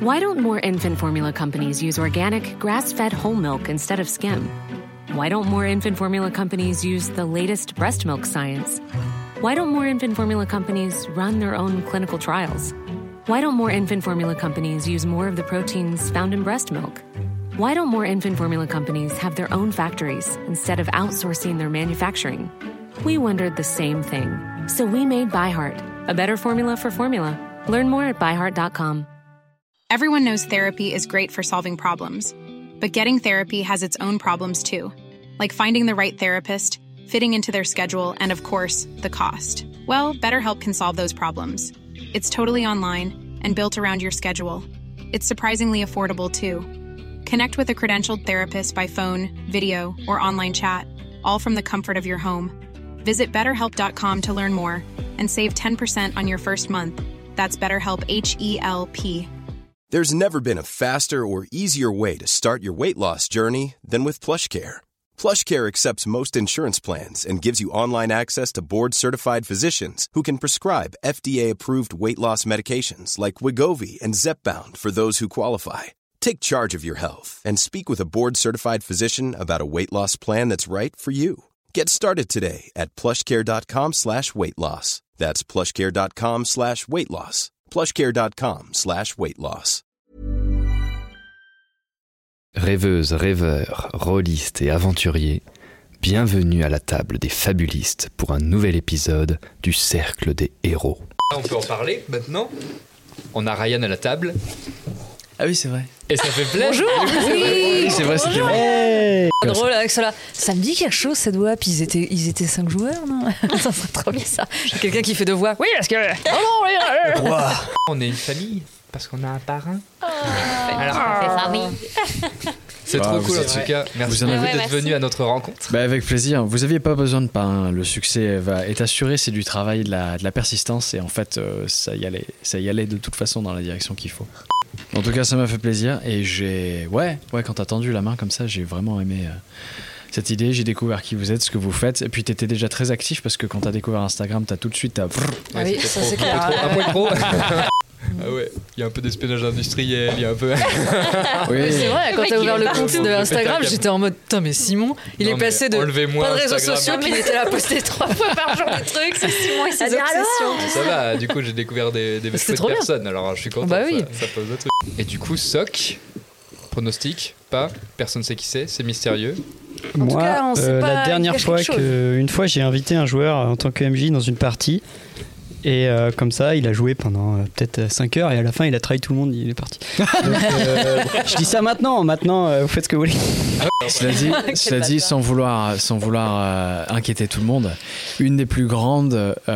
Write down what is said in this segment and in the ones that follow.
Why don't more infant formula companies use organic, grass-fed whole milk instead of skim? Why don't more infant formula companies use the latest breast milk science? Why don't more infant formula companies run their own clinical trials? Why don't more infant formula companies use more of the proteins found in breast milk? Why don't more infant formula companies have their own factories instead of outsourcing their manufacturing? We wondered the same thing. So we made ByHeart, a better formula for formula. Learn more at byheart.com. Everyone knows therapy is great for solving problems. But getting therapy has its own problems too. Like finding the right therapist, fitting into their schedule, and of course, the cost. Well, BetterHelp can solve those problems. It's totally online and built around your schedule. It's surprisingly affordable too. Connect with a credentialed therapist by phone, video, or online chat, all from the comfort of your home. Visit BetterHelp.com to learn more and save 10% on your first month. That's BetterHelp, H-E-L-P. There's never been a faster or easier way to start your weight loss journey than with PlushCare. PlushCare accepts most insurance plans and gives you online access to board-certified physicians who can prescribe FDA-approved weight loss medications like Wegovy and Zepbound for those who qualify. Take charge of your health and speak with a board-certified physician about a weight loss plan that's right for you. Get started today at plushcare.com/weight loss. That's plushcare.com/weight loss. plushcare.com/weight loss. Rêveuses, rêveurs, rôlistes et aventuriers, bienvenue à la table des fabulistes pour un nouvel épisode du Cercle des Héros. On peut en parler maintenant. On a Ryan à la table. Ah oui, c'est vrai. Et ça fait plaisir. Bonjour. Oui, c'est vrai, c'était vrai. Hey. Drôle avec cela. Ça me dit quelque chose cette voix. Puis ils étaient 5 joueurs, non? Ça serait trop bien ça. J'ai quelqu'un qui fait 2 voix. Oui, parce que. Oh non, oui. On est une famille parce qu'on a un parrain. Alors on fait famille. C'est trop cool en tout cas. Merci d'être venu à notre rencontre. Bah, avec plaisir. Vous n'aviez pas besoin de parrain. Le succès est assuré. C'est du travail, de la persistance. Et en fait, ça y allait de toute façon dans la direction qu'il faut. En tout cas, ça m'a fait plaisir. Et quand t'as tendu la main comme ça, j'ai vraiment aimé cette idée. J'ai découvert qui vous êtes, ce que vous faites. Et puis t'étais déjà très actif parce que quand t'as découvert Instagram, t'as tout de suite... Ah oui, ça c'est clair. Un peu trop. Ah ouais, il y a un peu d'espionnage industriel, il y a un peu... Oui, c'est vrai, quand t'as ouvert le compte de Instagram, j'étais en mode, putain mais Simon, il est passé de pas de réseaux sociaux, puis il était là à poster 3 fois par jour des trucs, c'est Simon et ses obsessions. Ça va, du coup j'ai découvert des personnes, alors je suis content, oui. ça pose le truc. Et du coup, Soc, pronostic, pas, personne sait qui c'est mystérieux. En tout cas, on sait pas, la dernière fois une fois j'ai invité un joueur en tant que MJ dans une partie. Et comme ça, il a joué pendant peut-être 5 heures et à la fin, il a trahi tout le monde, il est parti. Donc, je dis ça maintenant, vous faites ce que vous voulez. Cela dit, sans vouloir inquiéter tout le monde, un des plus grands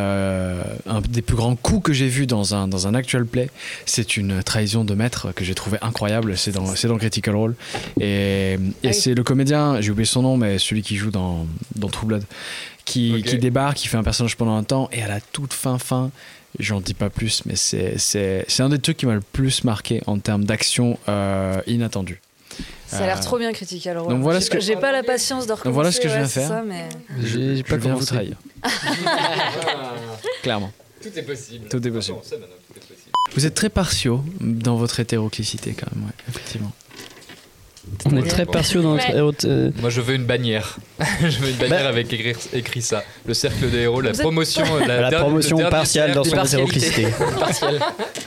coups que j'ai vu dans un actual play, c'est une trahison de maître que j'ai trouvé incroyable. C'est dans Critical Role et c'est le comédien, j'ai oublié son nom, mais celui qui joue dans True Blood. Qui débarque, qui fait un personnage pendant un temps et à la toute fin, j'en dis pas plus, mais c'est un des trucs qui m'a le plus marqué en termes d'action inattendue. Ça a l'air trop bien Critical Role. Donc voilà j'ai pas la patience de recommencer. Donc voilà ce que je viens faire. Ça, mais... J'ai pas commencé. Vous trahir. Clairement. Tout est possible. Tout est possible. Vous êtes très partiaux dans votre hétéroclicité quand même, ouais, effectivement. On est très partiaux dans notre... Moi je veux une bannière. Je veux une bannière avec écrit ça. Le Cercle des Héros, la promotion... La promotion partiale dans son hétéroclicité. Partielle.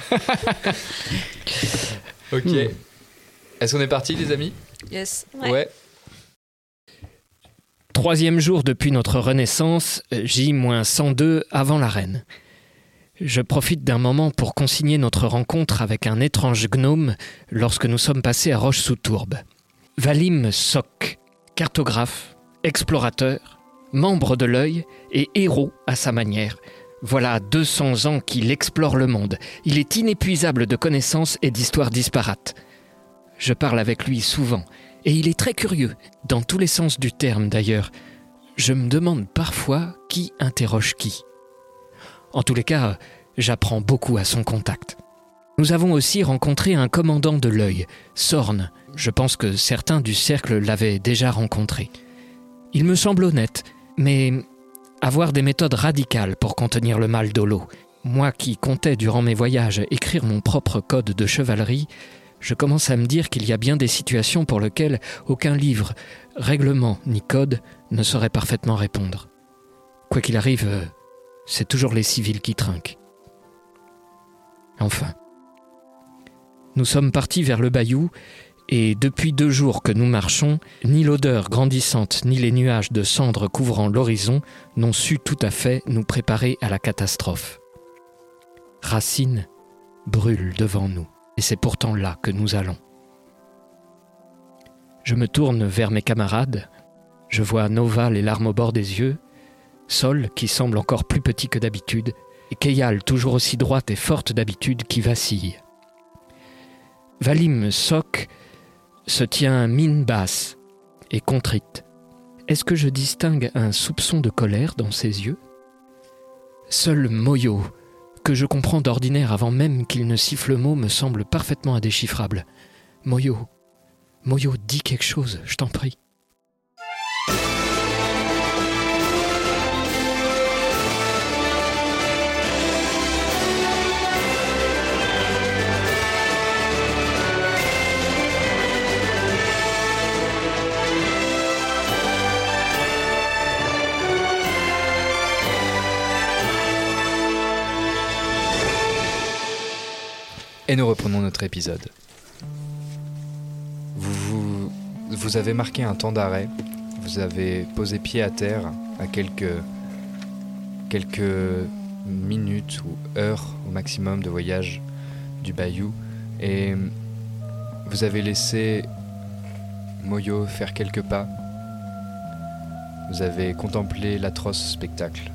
Ok. Est-ce qu'on est parti les amis? Yes. Ouais. 3e jour depuis notre renaissance, J-102 avant l'arène. Je profite d'un moment pour consigner notre rencontre avec un étrange gnome lorsque nous sommes passés à Roche-sous-Tourbe. Valim Sok, cartographe, explorateur, membre de l'Œil et héros à sa manière. Voilà 200 ans qu'il explore le monde. Il est inépuisable de connaissances et d'histoires disparates. Je parle avec lui souvent et il est très curieux, dans tous les sens du terme d'ailleurs. Je me demande parfois qui interroge qui. En tous les cas, j'apprends beaucoup à son contact. Nous avons aussi rencontré un commandant de l'Œil, Sorn. Je pense que certains du cercle l'avaient déjà rencontré. Il me semble honnête, mais avoir des méthodes radicales pour contenir le mal d'Holo. Moi qui comptais durant mes voyages écrire mon propre code de chevalerie, je commence à me dire qu'il y a bien des situations pour lesquelles aucun livre, règlement ni code ne saurait parfaitement répondre. Quoi qu'il arrive, c'est toujours les civils qui trinquent. Enfin, nous sommes partis vers le bayou et depuis 2 jours que nous marchons, ni l'odeur grandissante ni les nuages de cendres couvrant l'horizon n'ont su tout à fait nous préparer à la catastrophe. Racine brûle devant nous et c'est pourtant là que nous allons. Je me tourne vers mes camarades, je vois Nova les larmes au bord des yeux, Sol qui semble encore plus petit que d'habitude, et Keyal toujours aussi droite et forte d'habitude qui vacille. Valim Sok se tient mine basse et contrite. Est-ce que je distingue un soupçon de colère dans ses yeux ? Seul Moyo, que je comprends d'ordinaire avant même qu'il ne siffle mot, me semble parfaitement indéchiffrable. Moyo, dis quelque chose, je t'en prie. Et nous reprenons notre épisode. Vous avez marqué un temps d'arrêt, vous avez posé pied à terre à quelques minutes ou heures au maximum de voyage du bayou et vous avez laissé Moyo faire quelques pas. Vous avez contemplé l'atroce spectacle.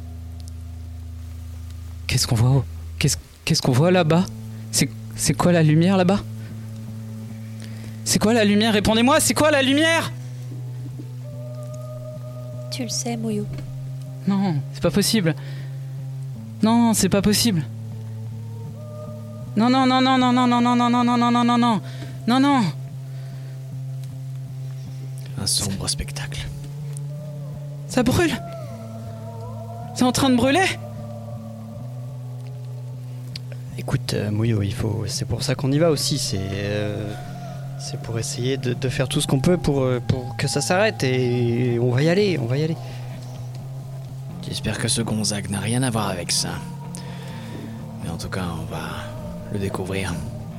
Qu'est-ce qu'on voit ? Qu'est-ce qu'on voit là-bas ? C'est quoi la lumière là-bas ? C'est quoi la lumière ? Répondez-moi, c'est quoi la lumière ? Tu le sais, Moyo. Non, c'est pas possible. Non, c'est pas possible. Non. Un sombre spectacle. Ça brûle ? C'est en train de brûler ? Écoute, Moyo, c'est pour ça qu'on y va aussi. C'est pour essayer de faire tout ce qu'on peut pour que ça s'arrête. Et on va y aller. J'espère que ce Gonzague n'a rien à voir avec ça. Mais en tout cas, on va le découvrir.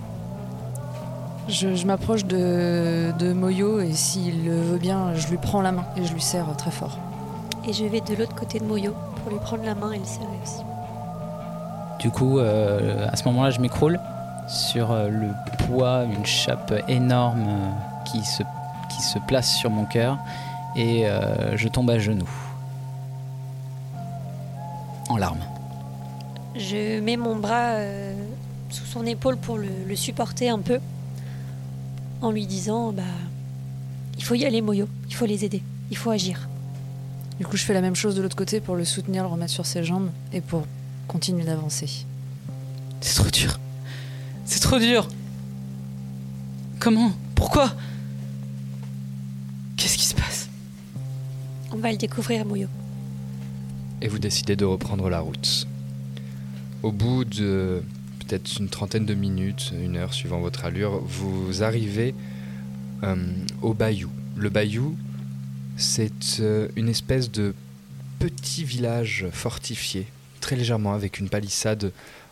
Je m'approche de Moyo et s'il le veut bien, je lui prends la main et je lui serre très fort. Et je vais de l'autre côté de Moyo pour lui prendre la main et le serrer aussi. Du coup, à ce moment-là, je m'écroule sur le poids, une chape énorme qui se place sur mon cœur et je tombe à genoux, en larmes. Je mets mon bras sous son épaule pour le supporter un peu, en lui disant il faut y aller, Moyo, il faut les aider, il faut agir. Du coup, je fais la même chose de l'autre côté pour le soutenir, le remettre sur ses jambes et pour continuer d'avancer. C'est trop dur. C'est trop dur. Comment ? Pourquoi ? Qu'est-ce qui se passe ? On va le découvrir, Moyo. Et vous décidez de reprendre la route. Au bout de peut-être une trentaine de minutes, 1 heure suivant votre allure, vous arrivez au bayou. Le bayou, c'est une espèce de petit village fortifié, très légèrement, avec une palissade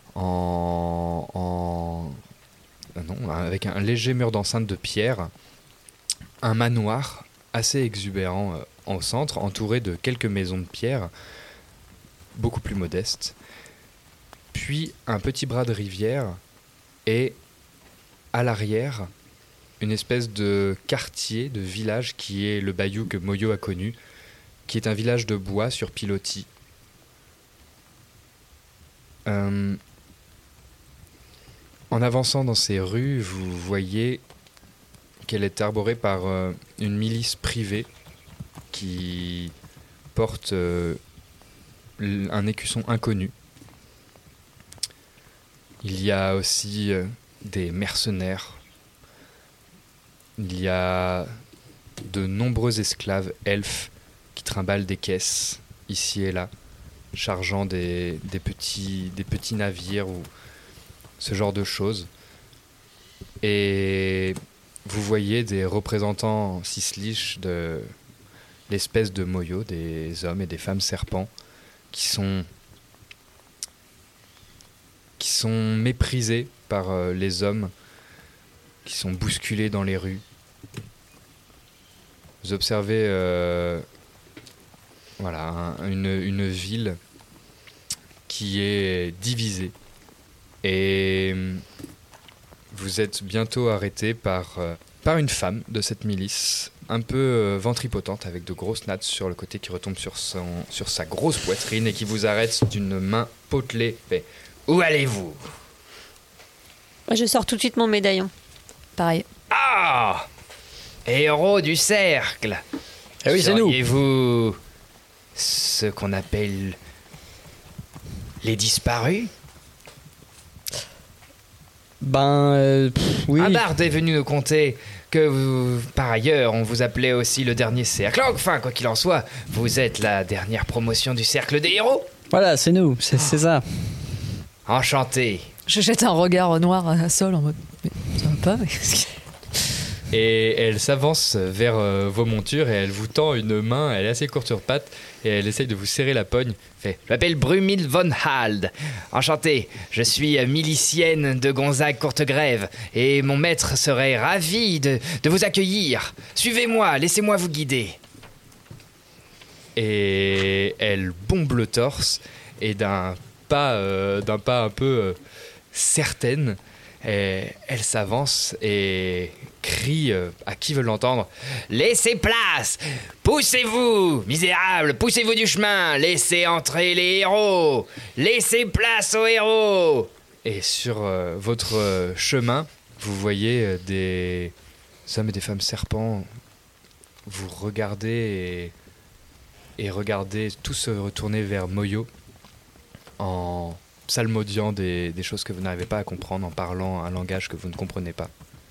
avec un léger mur d'enceinte de pierre, un manoir assez exubérant au centre, entouré de quelques maisons de pierre, beaucoup plus modestes, puis un petit bras de rivière et à l'arrière, une espèce de quartier, de village qui est le bayou que Moyo a connu, qui est un village de bois sur pilotis. En avançant dans ces rues, vous voyez qu'elle est arborée par une milice privée qui porte un écusson inconnu. Il y a aussi des mercenaires. Il y a de nombreux esclaves elfes qui trimballent des caisses ici et là. chargeant des petits navires ou ce genre de choses. Et vous voyez des représentants sislish de l'espèce de Moyo, des hommes et des femmes serpents qui sont méprisés par les hommes, qui sont bousculés dans les rues. Vous observez une ville qui est divisée et vous êtes bientôt arrêté par une femme de cette milice, un peu ventripotente, avec de grosses nattes sur le côté qui retombent sur sa grosse poitrine et qui vous arrête d'une main potelée. Fait, où allez-vous ? Je sors tout de suite mon médaillon. Pareil. Ah ! Héros du cercle. Ah oui, c'est nous. Seriez-vous ce qu'on appelle les disparus ? Oui. Un barde est venu nous conter que par ailleurs, on vous appelait aussi le dernier cercle. Enfin, quoi qu'il en soit, vous êtes la dernière promotion du cercle des héros. Voilà, c'est nous, c'est ça. Enchanté. Je jette un regard noir à Sol en mode mais ça va pas, mais Et elle s'avance vers vos montures et elle vous tend une main, elle est assez courte sur pattes et elle essaye de vous serrer la pogne. Je m'appelle Brumil von Hald. Enchanté, je suis milicienne de Gonzague Courtegrève et mon maître serait ravi de vous accueillir. Suivez-moi, laissez-moi vous guider. Et elle bombe le torse et d'un pas un peu certaine, elle s'avance et crie à qui veut l'entendre. Laissez place! Poussez-vous, misérables, poussez-vous du chemin! Laissez entrer les héros! Laissez place aux héros! Et sur votre chemin, vous voyez des hommes et des femmes serpents. Vous regardez et regardez tous se retourner vers Moyo en psalmodiant des choses que vous n'arrivez pas à comprendre, en parlant un langage que vous ne comprenez pas.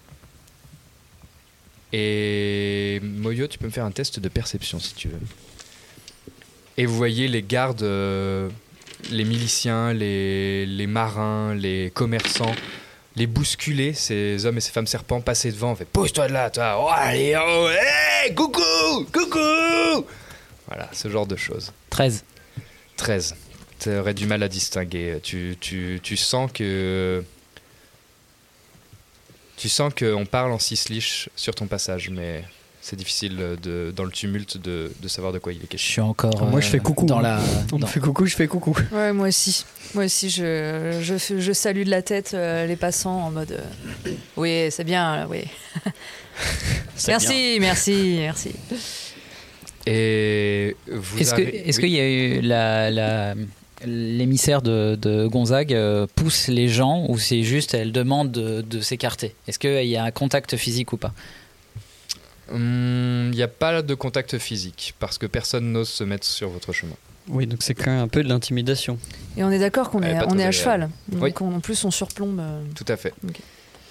Et Moyo, tu peux me faire un test de perception si tu veux. Et vous voyez les gardes, les miliciens, les marins, les commerçants, les bousculer, ces hommes et ces femmes serpents, passer devant, fait pousse-toi de là, toi, oh, allez, oh, hey, coucou, coucou. Voilà, ce genre de choses. 13. Tu aurais du mal à distinguer. Tu sens que... Tu sens qu'on parle en sislish sur ton passage, mais c'est difficile dans le tumulte de savoir de quoi il est question. Je suis encore. Moi, je fais coucou. On me fait coucou, je fais coucou. Ouais, moi aussi. Je salue de la tête les passants en mode. Oui, c'est bien, oui. Merci. Et vous Est-ce qu'il y a eu l'émissaire de Gonzague pousse les gens ou c'est juste elle demande de s'écarter? Est-ce qu'il y a un contact physique ou pas? Il n'y a pas de contact physique parce que personne n'ose se mettre sur votre chemin. Oui, donc c'est quand même un peu de l'intimidation. Et on est d'accord qu'on est à cheval. Donc oui. en plus on surplombe. Tout à fait. Okay.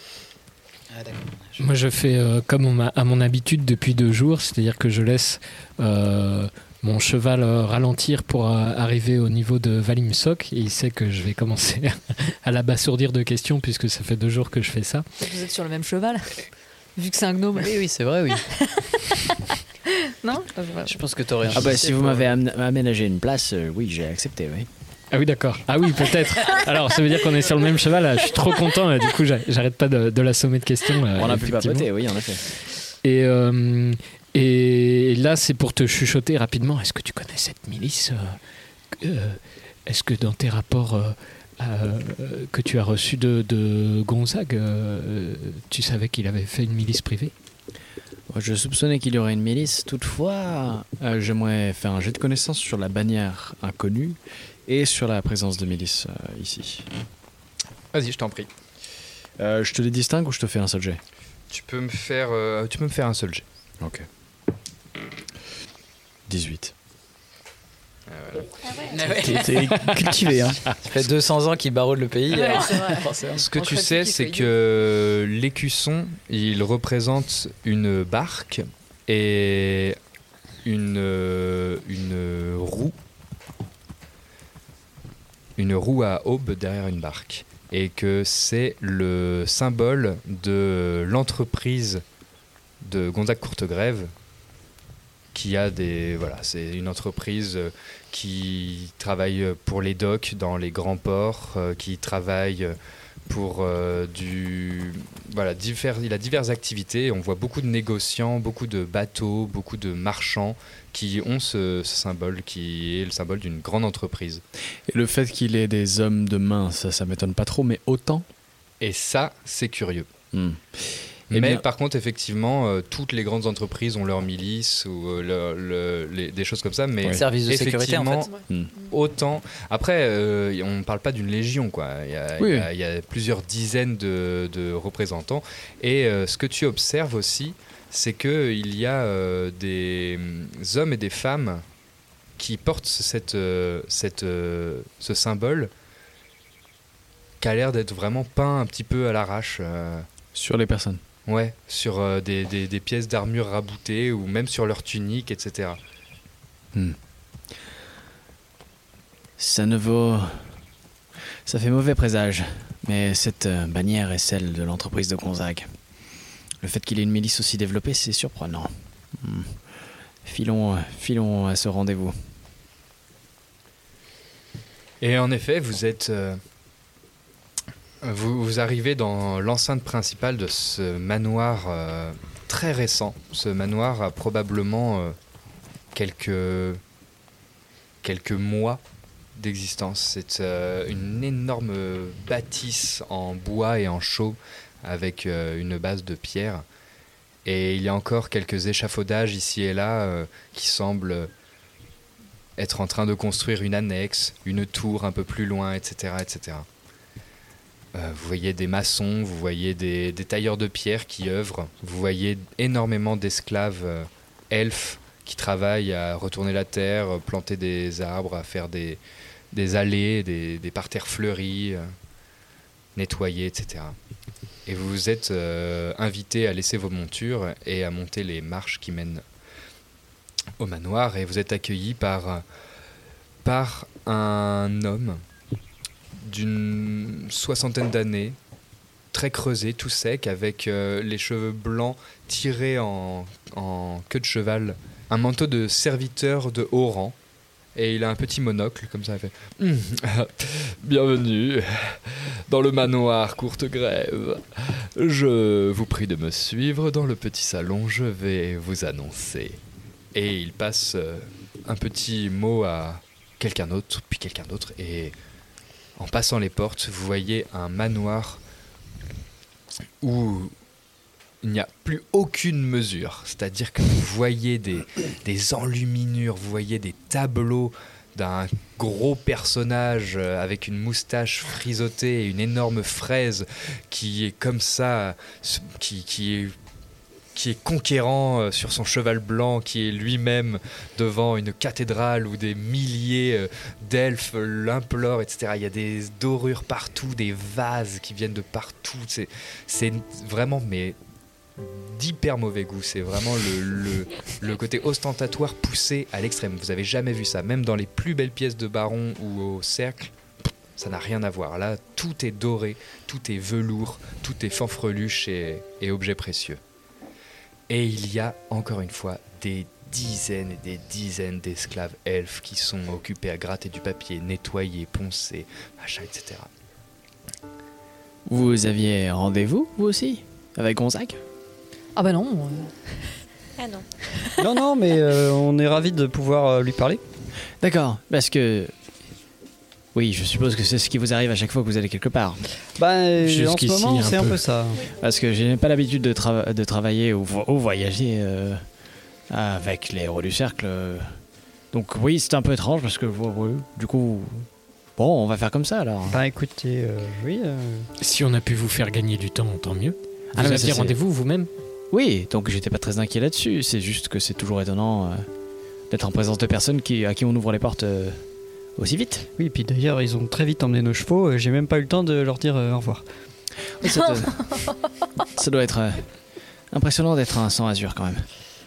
Moi je fais comme à mon habitude depuis 2 jours, c'est-à-dire que je laisse mon cheval ralentir pour arriver au niveau de Valimsok et il sait que je vais commencer à l'abasourdir de questions puisque ça fait 2 jours que je fais ça. Vous êtes sur le même cheval? Vu que c'est un gnome. Oui, c'est vrai, oui. Non? Je pense que t'aurais Ah bah si vous m'avez aménagé une place, oui, j'ai accepté, oui. Ah oui, d'accord. Ah oui, peut-être. Alors, ça veut dire qu'on est sur le même cheval. Là. Je suis trop content. Là. Du coup, j'arrête pas de l'assommer de questions. On a pu papoter, oui, en effet. Et là, c'est pour te chuchoter rapidement. Est-ce que tu connais cette milice? Est-ce que dans tes rapports que tu as reçus de Gonzague, tu savais qu'il avait fait une milice privée? Je soupçonnais qu'il y aurait une milice. Toutefois, j'aimerais faire un jet de connaissances sur la bannière inconnue et sur la présence de milice ici. Vas-y, je t'en prie. Je te les distingue ou je te fais un seul jet? Tu peux me faire un seul jet. Ok. 18. T'es cultivé, hein. Ça fait 200 ans qu'il baraude le pays. Ouais, c'est vrai. Ce que tu sais, c'est que l'écusson, il représente une barque et une roue une roue à aube derrière une barque. Et que c'est le symbole de l'entreprise de Gonzague Courtegrève, qui a des... Voilà, c'est une entreprise qui travaille pour les docks dans les grands ports, qui travaille pour Voilà, il a diverses activités. On voit beaucoup de négociants, beaucoup de bateaux, beaucoup de marchands qui ont ce symbole, qui est le symbole d'une grande entreprise. Et le fait qu'il ait des hommes de main, ça m'étonne pas trop, mais autant. Et ça, c'est curieux. Mais par contre, effectivement, toutes les grandes entreprises ont leur milice ou des choses comme ça. Mais service de sécurité, en fait. Autant. Après, on ne parle pas d'une légion, quoi. Il y a plusieurs dizaines de représentants. Et ce que tu observes aussi, c'est qu'il y a des hommes et des femmes qui portent ce symbole qui a l'air d'être vraiment peint un petit peu à l'arrache. Sur les personnes. Ouais, sur des pièces d'armure raboutées ou même sur leur tunique, etc. Ça fait mauvais présage, mais cette bannière est celle de l'entreprise de Gonzague. Le fait qu'il ait une milice aussi développée, c'est surprenant. Filons à ce rendez-vous. Et en effet, vous arrivez dans l'enceinte principale de ce manoir très récent. Ce manoir a probablement quelques mois d'existence. C'est une énorme bâtisse en bois et en chaux avec une base de pierre. Et il y a encore quelques échafaudages ici et là qui semblent être en train de construire une annexe, une tour un peu plus loin, etc. etc. Vous voyez des maçons, vous voyez des tailleurs de pierre qui œuvrent, vous voyez énormément d'esclaves elfes qui travaillent à retourner la terre, planter des arbres, à faire des allées, des parterres fleuris, nettoyer, etc. Et vous vous êtes invité à laisser vos montures et à monter les marches qui mènent au manoir, et vous êtes accueilli par un homme d'une 60aine d'années, très creusé, tout sec, avec les cheveux blancs tirés en queue de cheval, un manteau de serviteur de haut rang, et il a un petit monocle, comme ça, il fait « Bienvenue dans le manoir Courtegrève. Je vous prie de me suivre dans le petit salon, je vais vous annoncer. » Et il passe un petit mot à quelqu'un d'autre, puis quelqu'un d'autre, et en passant les portes, vous voyez un manoir où il n'y a plus aucune mesure. C'est-à-dire que vous voyez des enluminures, vous voyez des tableaux d'un gros personnage avec une moustache frisotée et une énorme fraise qui est comme ça, qui est conquérant sur son cheval blanc, qui est lui-même devant une cathédrale où des milliers d'elfes l'implorent, etc. Il y a des dorures partout, des vases qui viennent de partout. C'est vraiment d'hyper mauvais goût. C'est vraiment le côté ostentatoire poussé à l'extrême. Vous avez jamais vu ça, même dans les plus belles pièces de baron ou au cercle. Ça n'a rien à voir. Là, tout est doré, tout est velours, tout est fanfreluche et objets précieux. Et il y a, encore une fois, des dizaines et des dizaines d'esclaves elfes qui sont occupés à gratter du papier, nettoyer, poncer, machin, etc. Vous aviez rendez-vous, vous aussi, avec Gonzague ? Ah bah non. Ah non. Non, mais on est ravis de pouvoir lui parler. D'accord, parce que... Oui, je suppose que c'est ce qui vous arrive à chaque fois que vous allez quelque part. Bah, en ce moment, c'est un peu ça. Parce que je n'ai pas l'habitude de travailler ou voyager avec les héros du cercle. Donc oui, c'est un peu étrange parce que du coup... Bon, on va faire comme ça alors. Bah écoutez, oui... Si on a pu vous faire gagner du temps, tant mieux. Vous mais aviez rendez-vous vous-même ? Oui, donc j'étais pas très inquiet là-dessus. C'est juste que c'est toujours étonnant d'être en présence de personnes à qui on ouvre les portes... aussi vite. Oui, puis d'ailleurs, ils ont très vite emmené nos chevaux. J'ai même pas eu le temps de leur dire au revoir. Oui, ça doit être impressionnant d'être un sang azur quand même.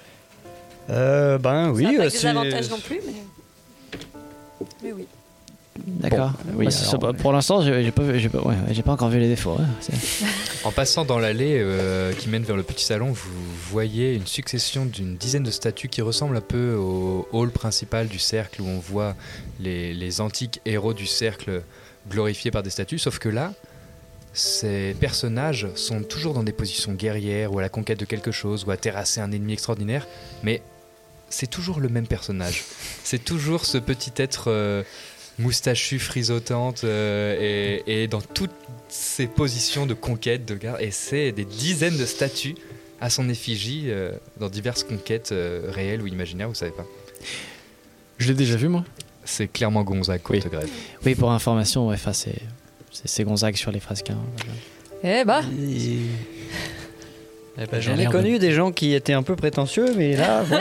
Ben oui. Ça n'a pas que des avantages non plus, mais oui. D'accord. Bon, oui, pour l'instant, j'ai pas encore vu les défauts. Hein. En passant dans l'allée qui mène vers le petit salon, vous voyez une succession d'une dizaine de statues qui ressemblent un peu au hall principal du cercle où on voit les antiques héros du cercle glorifiés par des statues, sauf que là, ces personnages sont toujours dans des positions guerrières ou à la conquête de quelque chose ou à terrasser un ennemi extraordinaire, mais c'est toujours le même personnage. C'est toujours ce petit être moustachu, frisotante et dans toutes ces positions de conquête, de garde. Et c'est des dizaines de statues à son effigie dans diverses conquêtes réelles ou imaginaires, vous savez pas. Je l'ai déjà vu, moi. C'est clairement Gonzague Courtegrève. Oui, pour information, c'est Gonzague sur les fresques. Hein. Eh bah j'en ai connu des gens qui étaient un peu prétentieux, mais là, bon...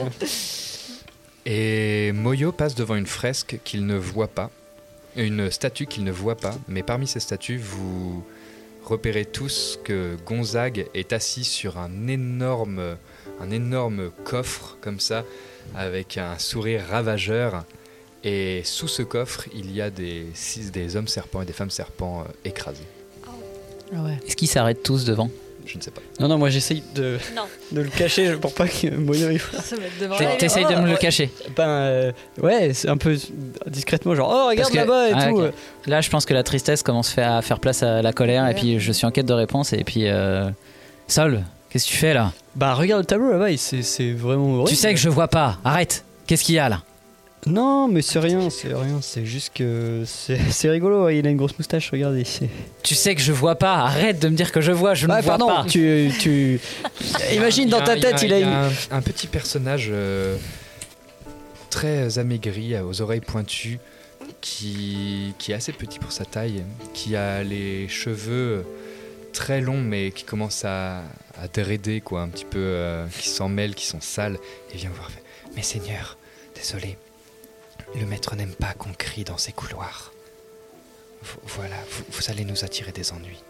Et Moyo passe devant une fresque qu'il ne voit pas, une statue qu'il ne voit pas, mais parmi ces statues, vous repérez tous que Gonzague est assis sur un énorme coffre, comme ça, avec un sourire ravageur. Et sous ce coffre, il y a des hommes serpents et des femmes serpents écrasés. Ah ouais. Est-ce qu'ils s'arrêtent tous devant ? Je ne sais pas. Non, moi j'essaye de le cacher pour pas que Moyo... T'essayes de me le cacher ? Ouais, c'est un peu discrètement, genre « Oh, regarde là-bas » et tout. Okay. Là, je pense que la tristesse commence à faire place à la colère, et puis je suis en quête de réponse, et puis... Sol, qu'est-ce que tu fais là ? Bah regarde le tableau là-bas, c'est vraiment horrible. Tu sais que je vois pas, arrête. Qu'est-ce qu'il y a là ? Non, mais c'est rien, c'est juste que c'est rigolo, il a une grosse moustache, regardez. Tu sais que je vois pas, arrête de me dire que je vois, je ne vois pas. Tu imagine dans ta tête, il a un petit personnage très amaigri, aux oreilles pointues, qui est assez petit pour sa taille, qui a les cheveux très longs mais qui commencent à draider, quoi, un petit peu, qui s'en mêlent, qui sont sales, et vient voir, mais Seigneur, désolé. Le maître n'aime pas qu'on crie dans ses couloirs. Voilà, vous allez nous attirer des ennuis.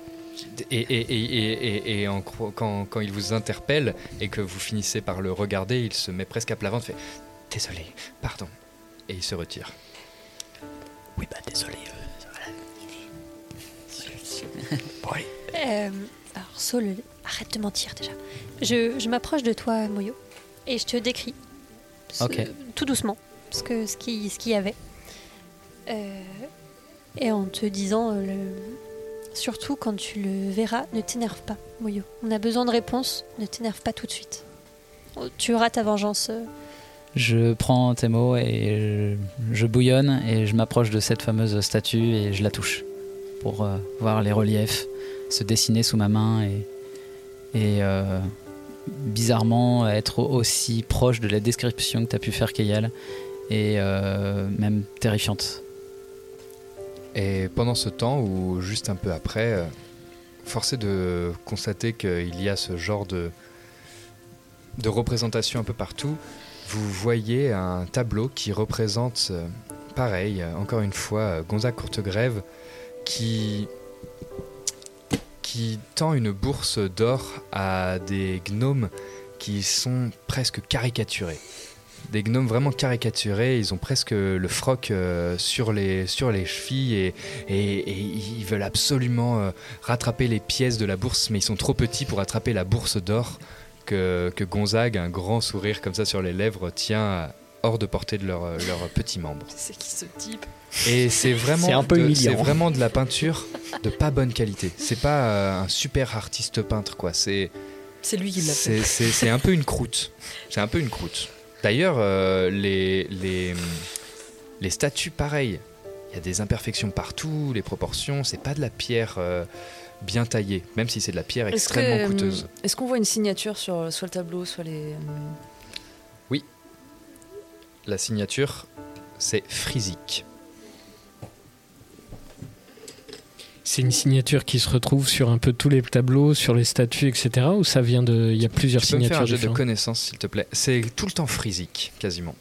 Et quand il vous interpelle et que vous finissez par le regarder, il se met presque à plat ventre, fait « Désolé, pardon ». Et il se retire. Oui, bah désolé. Bon, allez. Alors, Saul, arrête de mentir déjà. Je m'approche de toi, Moyo, et je te décris. Tout doucement. Ce qu'il y avait. Et en te disant, surtout quand tu le verras, ne t'énerve pas, Moyo. On a besoin de réponses, ne t'énerve pas tout de suite. Tu auras ta vengeance. Je prends tes mots et je bouillonne et je m'approche de cette fameuse statue et je la touche pour voir les reliefs se dessiner sous ma main et bizarrement être aussi proche de la description que tu as pu faire, Keyal. Et même terrifiante. Et pendant ce temps, ou juste un peu après, forcé de constater qu'il y a ce genre de représentation un peu partout, vous voyez un tableau qui représente, pareil, encore une fois, Gonzague Courtegrève, qui tend une bourse d'or à des gnomes qui sont presque caricaturés. Des gnomes vraiment caricaturés, ils ont presque le froc sur les chevilles et ils veulent absolument rattraper les pièces de la bourse, mais ils sont trop petits pour attraper la bourse d'or que Gonzague, un grand sourire comme ça sur les lèvres, tient hors de portée de leurs petits membres. C'est qui ce type ? Et c'est vraiment de la peinture de pas bonne qualité. C'est pas un super artiste peintre, quoi. C'est lui qui l'a fait. C'est un peu une croûte. C'est un peu une croûte. D'ailleurs, les statues, pareil, il y a des imperfections partout, les proportions, c'est pas de la pierre bien taillée, même si c'est de la pierre extrêmement coûteuse. Est-ce qu'on voit une signature sur soit le tableau, soit les... Oui. La signature, c'est Frisique. C'est une signature qui se retrouve sur un peu tous les tableaux, sur les statues, etc. Ou ça vient de... Il y a plusieurs signatures. Tu peux me faire un jet de connaissance, s'il te plaît. C'est tout le temps Frisique, quasiment.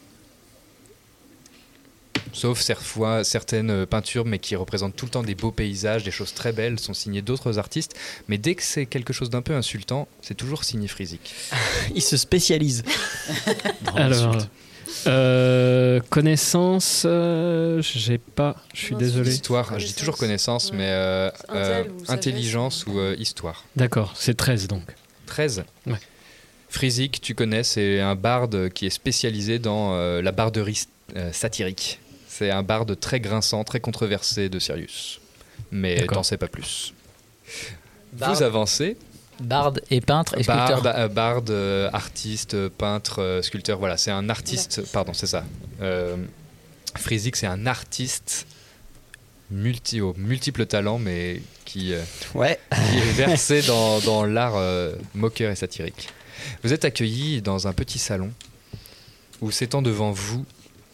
Sauf certaines peintures, mais qui représentent tout le temps des beaux paysages, des choses très belles, sont signées d'autres artistes. Mais dès que c'est quelque chose d'un peu insultant, c'est toujours signé Frisique. Il se spécialise. Alors, Connaissance, j'ai pas. Je suis désolé. Histoire, je dis toujours connaissance, mais intelligence ou histoire. D'accord, c'est 13 donc. 13 ? Ouais. Frizik, tu connais, c'est un barde qui est spécialisé dans la barderie satirique. C'est un barde très grinçant, très controversé de Sirius. Mais n'en sais pas plus. Barde. Vous avancez. Barde et peintre et sculpteur. Barde, artiste, peintre, sculpteur. Voilà, c'est un artiste. Pardon, c'est ça. Frizik, c'est un artiste aux multiples talents, mais qui est versé dans l'art moqueur et satirique. Vous êtes accueillis dans un petit salon où s'étend devant vous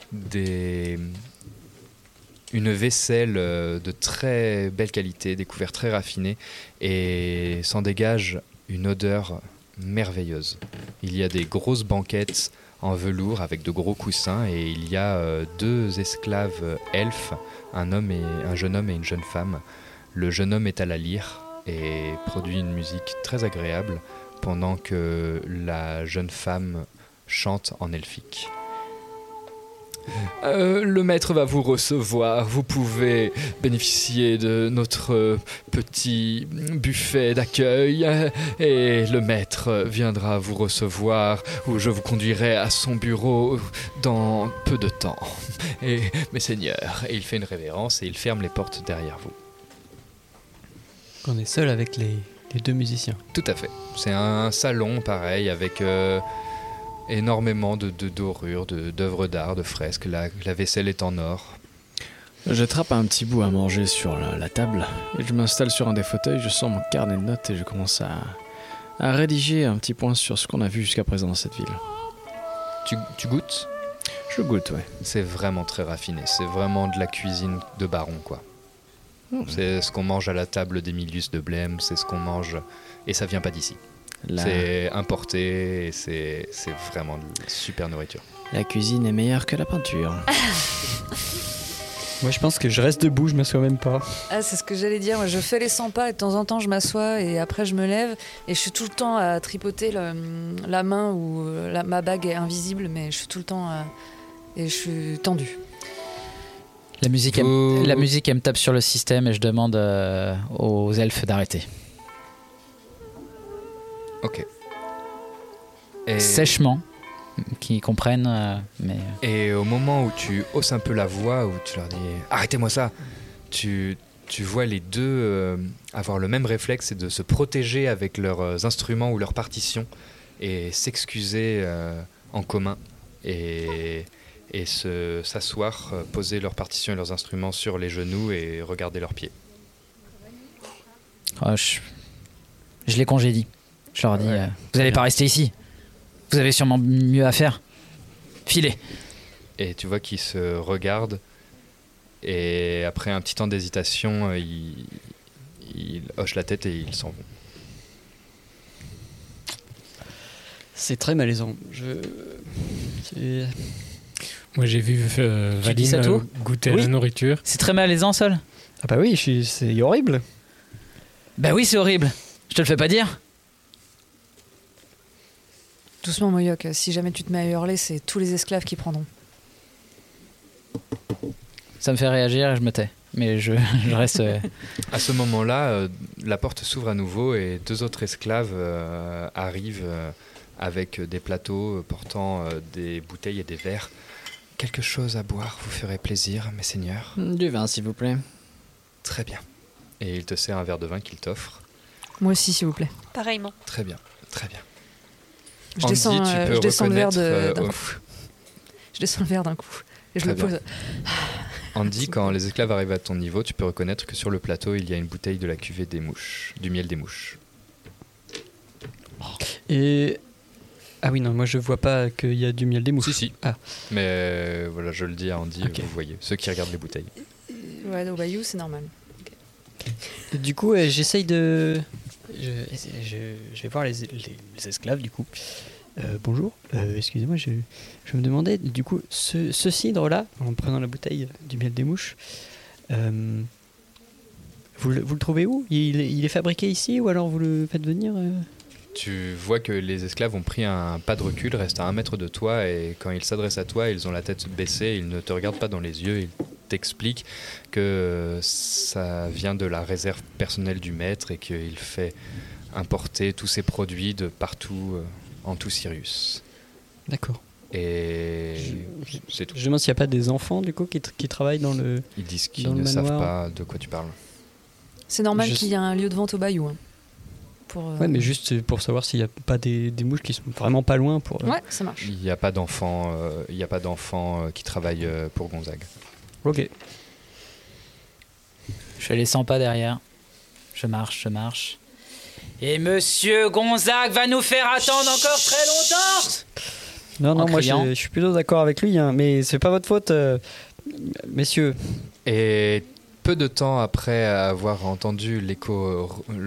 une vaisselle de très belle qualité, des couverts très raffinés, et s'en dégage une odeur merveilleuse. Il y a des grosses banquettes en velours avec de gros coussins, et il y a 2 esclaves elfes, un jeune homme et une jeune femme. Le jeune homme est à la lyre et produit une musique très agréable, pendant que la jeune femme chante en elfique. Le maître va vous recevoir, vous pouvez bénéficier de notre petit buffet d'accueil et le maître viendra vous recevoir ou je vous conduirai à son bureau dans peu de temps. Et mes seigneurs, et il fait une révérence et il ferme les portes derrière vous. On est seul avec les 2 musiciens. Tout à fait. C'est un salon pareil avec énormément de dorures, d'œuvres d'art, de fresques. La vaisselle est en or. J'attrape un petit bout à manger sur la table et je m'installe sur un des fauteuils, je sors mon carnet de notes et je commence à rédiger un petit point sur ce qu'on a vu jusqu'à présent dans cette ville. Tu goûtes ? Je goûte, ouais. C'est vraiment très raffiné. C'est vraiment de la cuisine de baron, quoi. C'est ce qu'on mange à la table d'Emilius de Blême, c'est ce qu'on mange, et ça vient pas d'ici. C'est importé, et c'est vraiment de la super nourriture. La cuisine est meilleure que la peinture. Moi je pense que je reste debout, je m'assois même pas. Ah, c'est ce que j'allais dire, moi, je fais les 100 pas et de temps en temps je m'assois et après je me lève et je suis tout le temps à tripoter la main où ma bague est invisible, mais je suis tout le temps et je suis tendue. La musique, elle me tape sur le système et je demande aux elfes d'arrêter. Ok. Sèchement, qu'ils comprennent, mais... Et au moment où tu hausses un peu la voix, où tu leur dis « Arrêtez-moi ça !» tu vois les deux avoir le même réflexe, c'est de se protéger avec leurs instruments ou leurs partitions et s'excuser en commun et s'asseoir, poser leurs partitions et leurs instruments sur les genoux et regarder leurs pieds. Je les congédie. Je leur dis, vous n'allez pas rester ici. Vous avez sûrement mieux à faire. Filez. Et tu vois qu'ils se regardent et après un petit temps d'hésitation, ils hochent la tête et ils s'en vont. C'est très malaisant. Moi j'ai vu Valine goûter la nourriture. C'est très malaisant, Sol. Ah bah oui, c'est horrible. Bah oui, c'est horrible. Je te le fais pas dire. Doucement, Moyoc, si jamais tu te mets à hurler, c'est tous les esclaves qui prendront. Ça me fait réagir et je me tais. Mais je reste... À ce moment-là, la porte s'ouvre à nouveau et 2 autres esclaves arrivent avec des plateaux portant des bouteilles et des verres. Quelque chose à boire vous ferait plaisir, mes seigneurs. Du vin, s'il vous plaît. Très bien. Et il te sert un verre de vin qu'il t'offre. Moi aussi, s'il vous plaît. Pareillement. Très bien, très bien. Je descends le verre d'un coup. Je descends le verre d'un coup. Et je le pose. Andy, quand les esclaves arrivent à ton niveau, tu peux reconnaître que sur le plateau, il y a une bouteille de la cuvée des mouches, du miel des mouches. Et... Ah oui, non, moi je vois pas qu'il y a du miel des mouches. Si. Ah. Mais voilà, je le dis à Andy, Okay. vous voyez, ceux qui regardent les bouteilles. Ouais, au Bayou, c'est normal. Et du coup, j'essaye de... Je vais voir les esclaves, du coup. Bonjour, excusez-moi, je me demandais, du coup, ce cidre-là, en prenant la bouteille du miel des mouches, vous le trouvez où ? Il est fabriqué ici ou alors vous le faites venir Tu vois que les esclaves ont pris un pas de recul, restent à 1 mètre de toi, et quand ils s'adressent à toi, ils ont la tête baissée, ils ne te regardent pas dans les yeux, ils t'expliquent que ça vient de la réserve personnelle du maître et qu'il fait importer tous ses produits de partout en tout Sirius. D'accord. Et c'est tout. Je me demande s'il n'y a pas des enfants du coup qui travaillent dans le. Ils disent qu'ils ne savent pas de quoi tu parles. C'est normal qu'il y ait un lieu de vente au Bayou. Hein, Ouais, mais juste pour savoir s'il n'y a pas des mouches qui sont vraiment pas loin. Ouais, ça marche. Il n'y a pas d'enfants qui travaillent pour Gonzague. Ok. Je fais les 100 pas derrière. Je marche. Et Monsieur Gonzague va nous faire attendre encore très longtemps. Non, moi je suis plutôt d'accord avec lui, hein, mais c'est pas votre faute, messieurs. Et peu de temps après avoir entendu l'écho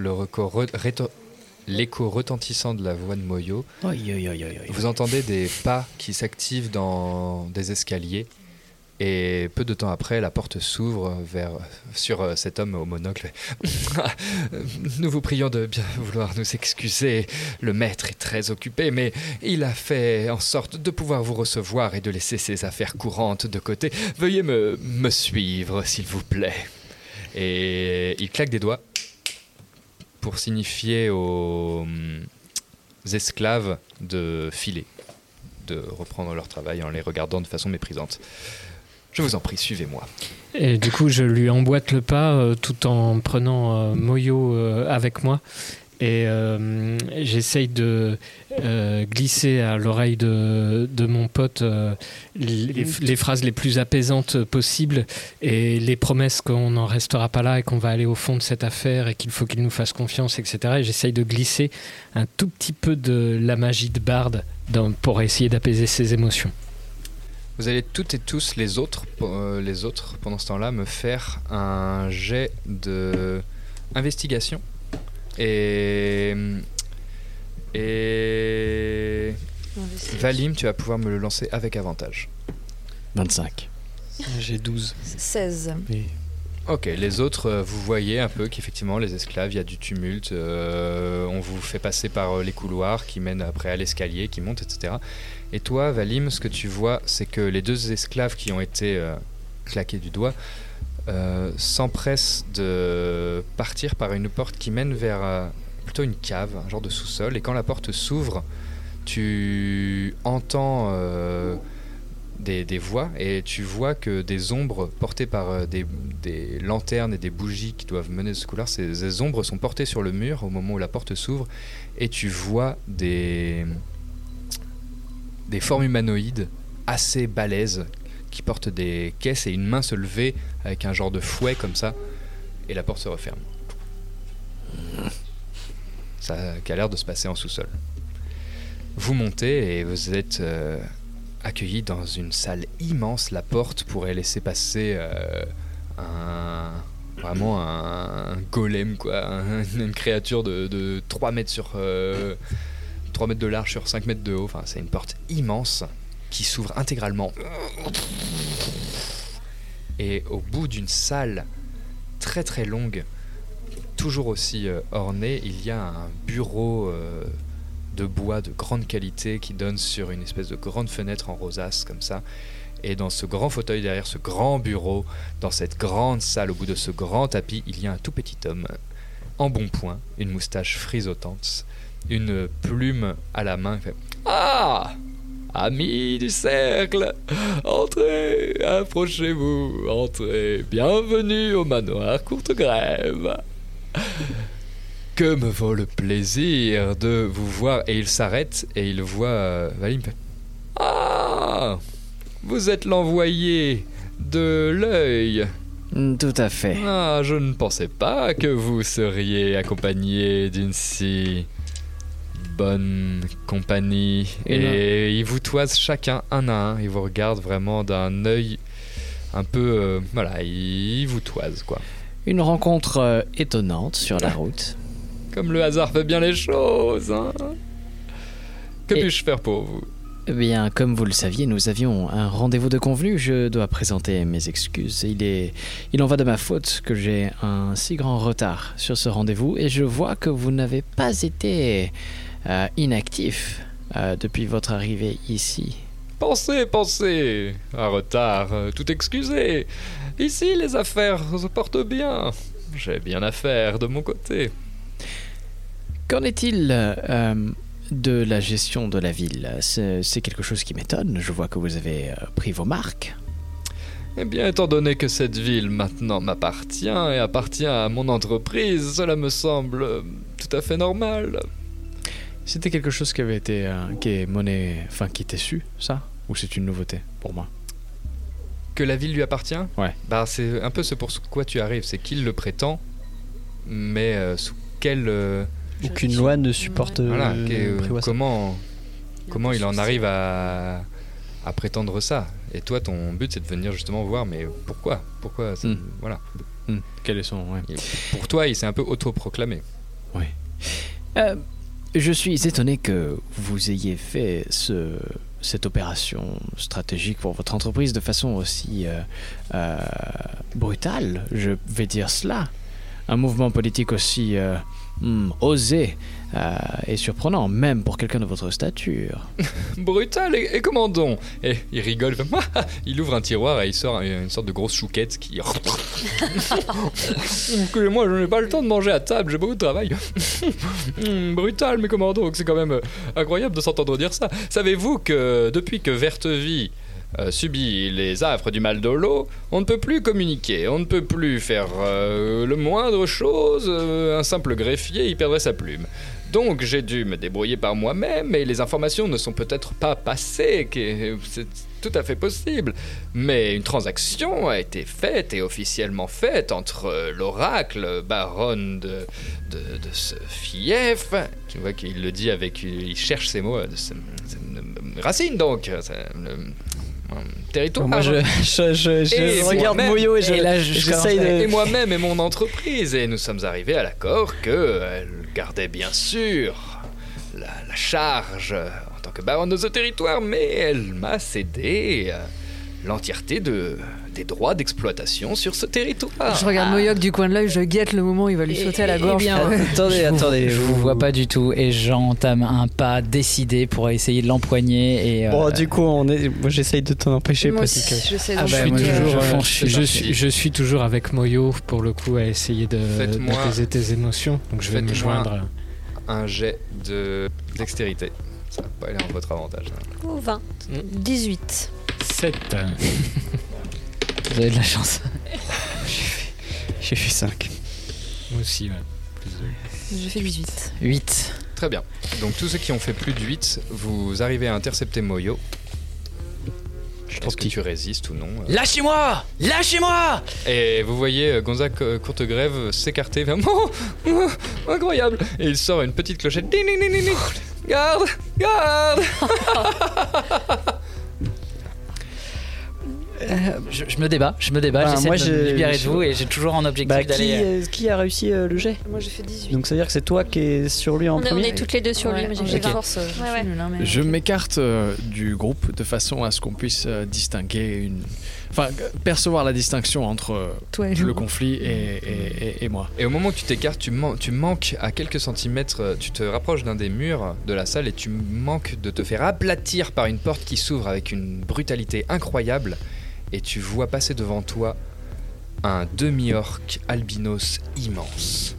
retentissant de la voix de Moyo, vous entendez des pas qui s'activent dans des escaliers. Et peu de temps après, la porte s'ouvre sur cet homme au monocle. Nous vous prions de bien vouloir nous excuser. Le maître est très occupé, mais il a fait en sorte de pouvoir vous recevoir et de laisser ses affaires courantes de côté. Veuillez me suivre, s'il vous plaît. Et il claque des doigts pour signifier aux esclaves de filer, de reprendre leur travail en les regardant de façon méprisante. Je vous en prie, suivez-moi. Et du coup, je lui emboîte le pas tout en prenant Moyo avec moi. Et j'essaye de glisser à l'oreille de mon pote les phrases les plus apaisantes possibles et les promesses qu'on n'en restera pas là et qu'on va aller au fond de cette affaire et qu'il faut qu'il nous fasse confiance, etc. Et j'essaye de glisser un tout petit peu de la magie de Bard pour essayer d'apaiser ses émotions. Vous allez toutes et tous, les autres, pendant ce temps-là, me faire un jet d'investigation. Et Valim, tu vas pouvoir me le lancer avec avantage. 25. J'ai 12. 16. Et... Ok, les autres, vous voyez un peu qu'effectivement, les esclaves, il y a du tumulte. On vous fait passer par les couloirs qui mènent après à l'escalier, qui montent, etc. Et toi, Valim, ce que tu vois, c'est que les 2 esclaves qui ont été claqués du doigt s'empressent de partir par une porte qui mène vers plutôt une cave, un genre de sous-sol. Et quand la porte s'ouvre, tu entends des voix et tu vois que des ombres portées par des lanternes et des bougies qui doivent mener ce couloir, ces ombres sont portées sur le mur au moment où la porte s'ouvre et tu vois des formes humanoïdes assez balèzes qui portent des caisses et une main se lever avec un genre de fouet comme ça et la porte se referme. Ça a l'air de se passer en sous-sol. Vous montez et vous êtes accueillis dans une salle immense. La porte pourrait laisser passer vraiment un golem, quoi, une créature de 3 mètres sur 3 mètres de large sur 5 mètres de haut. Enfin, c'est une porte immense qui s'ouvre intégralement. Et au bout d'une salle très très longue, toujours aussi ornée, il y a un bureau de bois de grande qualité qui donne sur une espèce de grande fenêtre en rosace comme ça. Et dans ce grand fauteuil derrière ce grand bureau, dans cette grande salle, au bout de ce grand tapis, il y a un tout petit homme en bon point, une moustache frisotante, une plume à la main. Il fait « Ah, amis du cercle, entrez, approchez-vous, entrez, bienvenue au manoir Courtegrève. Que me vaut le plaisir de vous voir. » Et il s'arrête et il voit Valim. « Ah, vous êtes l'envoyé de l'œil. » Tout à fait. Ah, je ne pensais pas que vous seriez accompagné d'une si bonne compagnie. Et ils vous toisent chacun un à un. Ils vous regardent vraiment d'un œil un peu... voilà, ils vous toisent, quoi. Une rencontre étonnante sur la route. Comme le hasard fait bien les choses, hein. Que puis-je faire pour vous ? Eh bien, comme vous le saviez, nous avions un rendez-vous de convenu. Je dois présenter mes excuses. Il en va de ma faute que j'ai un si grand retard sur ce rendez-vous et je vois que vous n'avez pas été inactif depuis votre arrivée ici. Pensez, un retard, tout excusé. Ici, les affaires se portent bien. J'ai bien à faire de mon côté. Qu'en est-il de la gestion de la ville? C'est quelque chose qui m'étonne. Je vois que vous avez pris vos marques. Eh bien, étant donné que cette ville maintenant m'appartient et appartient à mon entreprise, cela me semble tout à fait normal. C'était quelque chose qui avait été qui était su, ça? Ou c'est une nouveauté pour moi? Que la ville lui appartient? Ouais. Bah, c'est un peu ce pour quoi tu arrives, c'est qu'il le prétend, mais sous quelle... Aucune loi ne supporte... Voilà, comment il en arrive à prétendre ça? Et toi, ton but, c'est de venir justement voir, mais pourquoi ça, voilà. Quel est son... Ouais. Pour toi, il s'est un peu autoproclamé. Oui. Je suis étonné que vous ayez fait cette opération stratégique pour votre entreprise de façon aussi brutale, je vais dire cela. Un mouvement politique aussi osé et surprenant, même pour quelqu'un de votre stature. Brutal, et comment donc? Et il rigole, il ouvre un tiroir et il sort une sorte de grosse chouquette qui... Moi, je n'ai pas le temps de manger à table, j'ai beaucoup de travail. Brutal, mais comment donc? C'est quand même incroyable de s'entendre dire ça. Savez-vous que depuis que Vertevie subit les affres du mal de l'eau, on ne peut plus communiquer, on ne peut plus faire le moindre chose, un simple greffier y perdrait sa plume. Donc j'ai dû me débrouiller par moi-même et les informations ne sont peut-être pas passées, c'est tout à fait possible. Mais une transaction a été faite et officiellement faite entre l'oracle, baronne de ce fief, tu vois qu'il le dit avec... il cherche ses mots, racine donc, territoire. Moi, je regarde Moyo et j'essaye de... Et moi-même et mon entreprise. Et nous sommes arrivés à l'accord qu'elle gardait bien sûr la charge en tant que baronne de ce territoire, mais elle m'a cédé l'entièreté des droits d'exploitation sur ce territoire. Je regarde Moyoc du coin de l'œil, je guette le moment où il va lui sauter à la gorge. Attendez, je vous vois pas du tout et j'entame un pas décidé pour essayer de l'empoigner et... Bon, du coup, moi j'essaye de t'en empêcher. Moi aussi, j'essaie de je suis toujours avec Moyo pour le coup à essayer d'apaiser tes émotions, donc je vais me joindre. Un jet de dextérité. Ça va pas aller en votre avantage. Oh, 20. 18. 7. Vous avez de la chance. J'ai fait 5. Moi aussi, ouais. J'ai fait 18. 8. Très bien. Donc tous ceux qui ont fait plus de 8, vous arrivez à intercepter Moyo. Est-ce que tu résistes ou non? Lâchez-moi! Et vous voyez Gonzague Courtegrève s'écarter vers... incroyable! Et il sort une petite clochette. Ding, ding, ding, ding, ding. Garde! Je me débat, j'essaie de me libérer de vous et j'ai toujours en objectif d'aller... Qui a réussi le jet? Moi j'ai fait 18. Donc ça veut dire que c'est toi qui es sur lui en premier? On est toutes les deux sur lui, mais j'ai fait 20. Je m'écarte du groupe de façon à ce qu'on puisse distinguer percevoir la distinction entre le conflit et moi. Et au moment où tu t'écartes, tu manques à quelques centimètres, tu te rapproches d'un des murs de la salle et tu manques de te faire aplatir par une porte qui s'ouvre avec une brutalité incroyable. Et tu vois passer devant toi un demi-orc albinos immense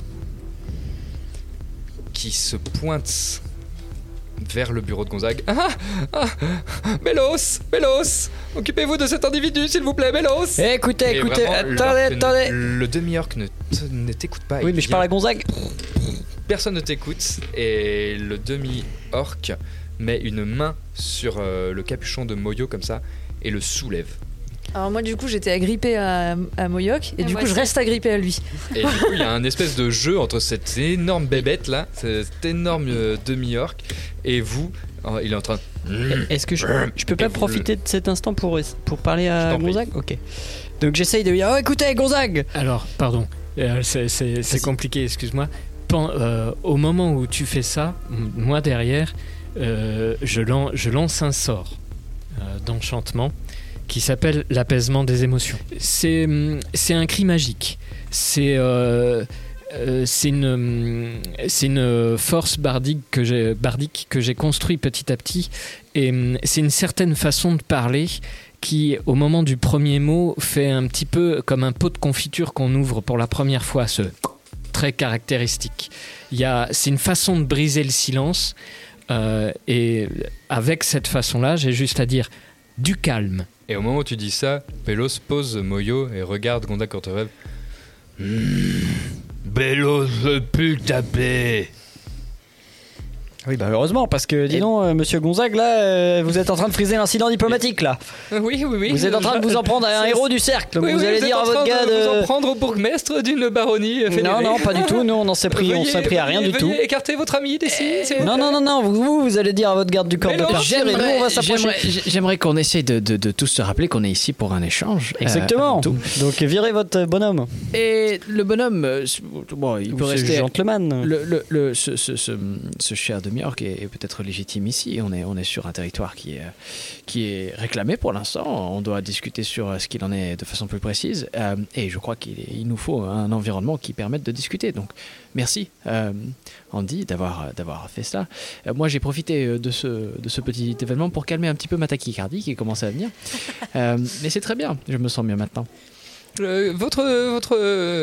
qui se pointe vers le bureau de Gonzague. Bélos, occupez-vous de cet individu, s'il vous plaît, Bélos. Écoutez, attendez. Le demi-orc ne t'écoute pas. Oui, mais je parle à Gonzague. Personne ne t'écoute et le demi-orc met une main sur le capuchon de Moyo comme ça et le soulève. Alors moi du coup j'étais agrippée à Moyoc et du coup je reste agrippée à lui. Et du coup il y a un espèce de jeu entre cette énorme bébête là, cet énorme demi-orc et vous, il est en train de... Est-ce que je peux pas profiter de cet instant pour parler à Gonzague? Ok. Donc j'essaye de dire écoutez Gonzague. Alors pardon, c'est compliqué, excuse-moi. Au moment où tu fais ça, moi derrière, je lance un sort d'enchantement qui s'appelle l'apaisement des émotions. C'est un cri magique. C'est c'est une force bardique que j'ai construit petit à petit, et c'est une certaine façon de parler qui, au moment du premier mot, fait un petit peu comme un pot de confiture qu'on ouvre pour la première fois, ce très caractéristique. C'est une façon de briser le silence, et avec cette façon-là, j'ai juste à dire du calme. Et au moment où tu dis ça, Bélos pose Moyo et regarde Gonda Courterev. Bélos veut plus taper. Oui, bah heureusement, parce que dis donc, monsieur Gonzague, là, vous êtes en train de friser l'incident diplomatique, là. Oui. Vous êtes en train de vous en prendre à un héros du cercle. Donc vous allez dire à votre gars de vous en prendre au bourgmestre d'une baronnie fédérée. Non, pas du tout. Nous, on s'est pris à rien du tout. Veuillez écarter votre ami d'ici. Non. Vous allez dire à votre garde du corps de Perchère et nous, on va s'approcher. J'aimerais qu'on essaye de tous se rappeler qu'on est ici pour un échange. Exactement. Donc virez votre bonhomme. Et le bonhomme, bon, il peut rester gentleman. Ce cher de Miorque est peut-être légitime ici. On est sur un territoire qui est réclamé pour l'instant. On doit discuter sur ce qu'il en est de façon plus précise. Et je crois qu'il nous faut un environnement qui permette de discuter. Donc, merci, Andy, d'avoir fait ça. Moi, j'ai profité de ce petit événement pour calmer un petit peu ma tachycardie qui commençait à venir. Mais c'est très bien. Je me sens mieux maintenant. Votre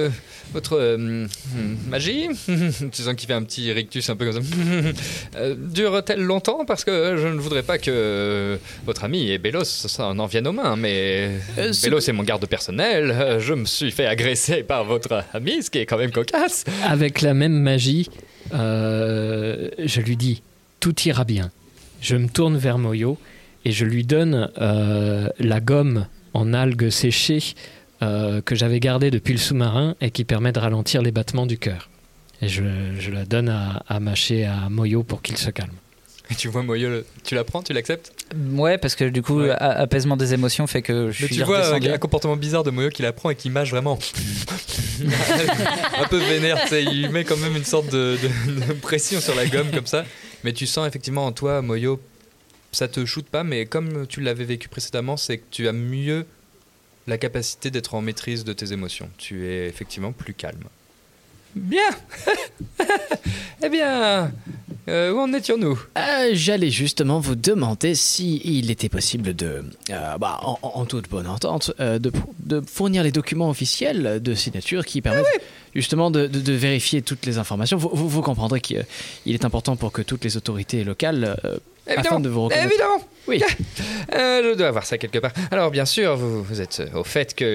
magie, tu sens qu'il fait un petit rictus un peu comme ça, dure-t-elle longtemps? Parce que je ne voudrais pas que votre ami et Bélos en viennent aux mains, mais Bélos est mon garde personnel, je me suis fait agresser par votre ami, ce qui est quand même cocasse. Avec la même magie, je lui dis, tout ira bien. Je me tourne vers Moyo et je lui donne la gomme en algues séchées que j'avais gardé depuis le sous-marin et qui permet de ralentir les battements du cœur. Et je la donne à mâcher à Moyo pour qu'il se calme. Et tu vois Moyo, tu la prends, tu l'acceptes? Ouais, parce que du coup, apaisement des émotions fait que je suis redescendu. Tu vois un comportement bizarre de Moyo qui la prend et qui mâche vraiment un peu vénère, tu sais, il met quand même une sorte de pression sur la gomme comme ça. Mais tu sens effectivement en toi, Moyo, ça te shoote pas, mais comme tu l'avais vécu précédemment, c'est que tu as mieux la capacité d'être en maîtrise de tes émotions. Tu es effectivement plus calme. Bien. Eh bien, où en étions-nous? J'allais justement vous demander s'il était possible de, en toute bonne entente, de fournir les documents officiels de signature qui permettent justement de vérifier toutes les informations. Vous comprendrez qu'il est important pour que toutes les autorités locales... afin de vous reconnaître. Évidemment. Oui. Je dois avoir ça quelque part. Alors, bien sûr, vous êtes au fait que...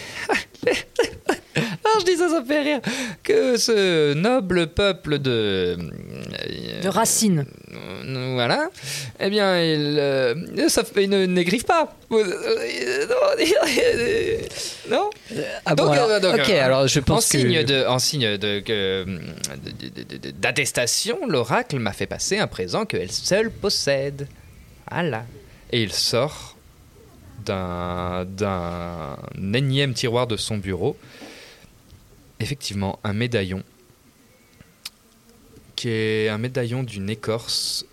Alors, je dis ça me fait rire. Que ce noble peuple de Racine. Voilà. Eh bien, il ne griffe pas. Non. Ok, alors je pense en signe d'attestation, l'oracle m'a fait passer un présent qu'elle seule possède. Voilà. Et il sort d'un énième tiroir de son bureau, effectivement, un médaillon, qui est un médaillon d'une écorce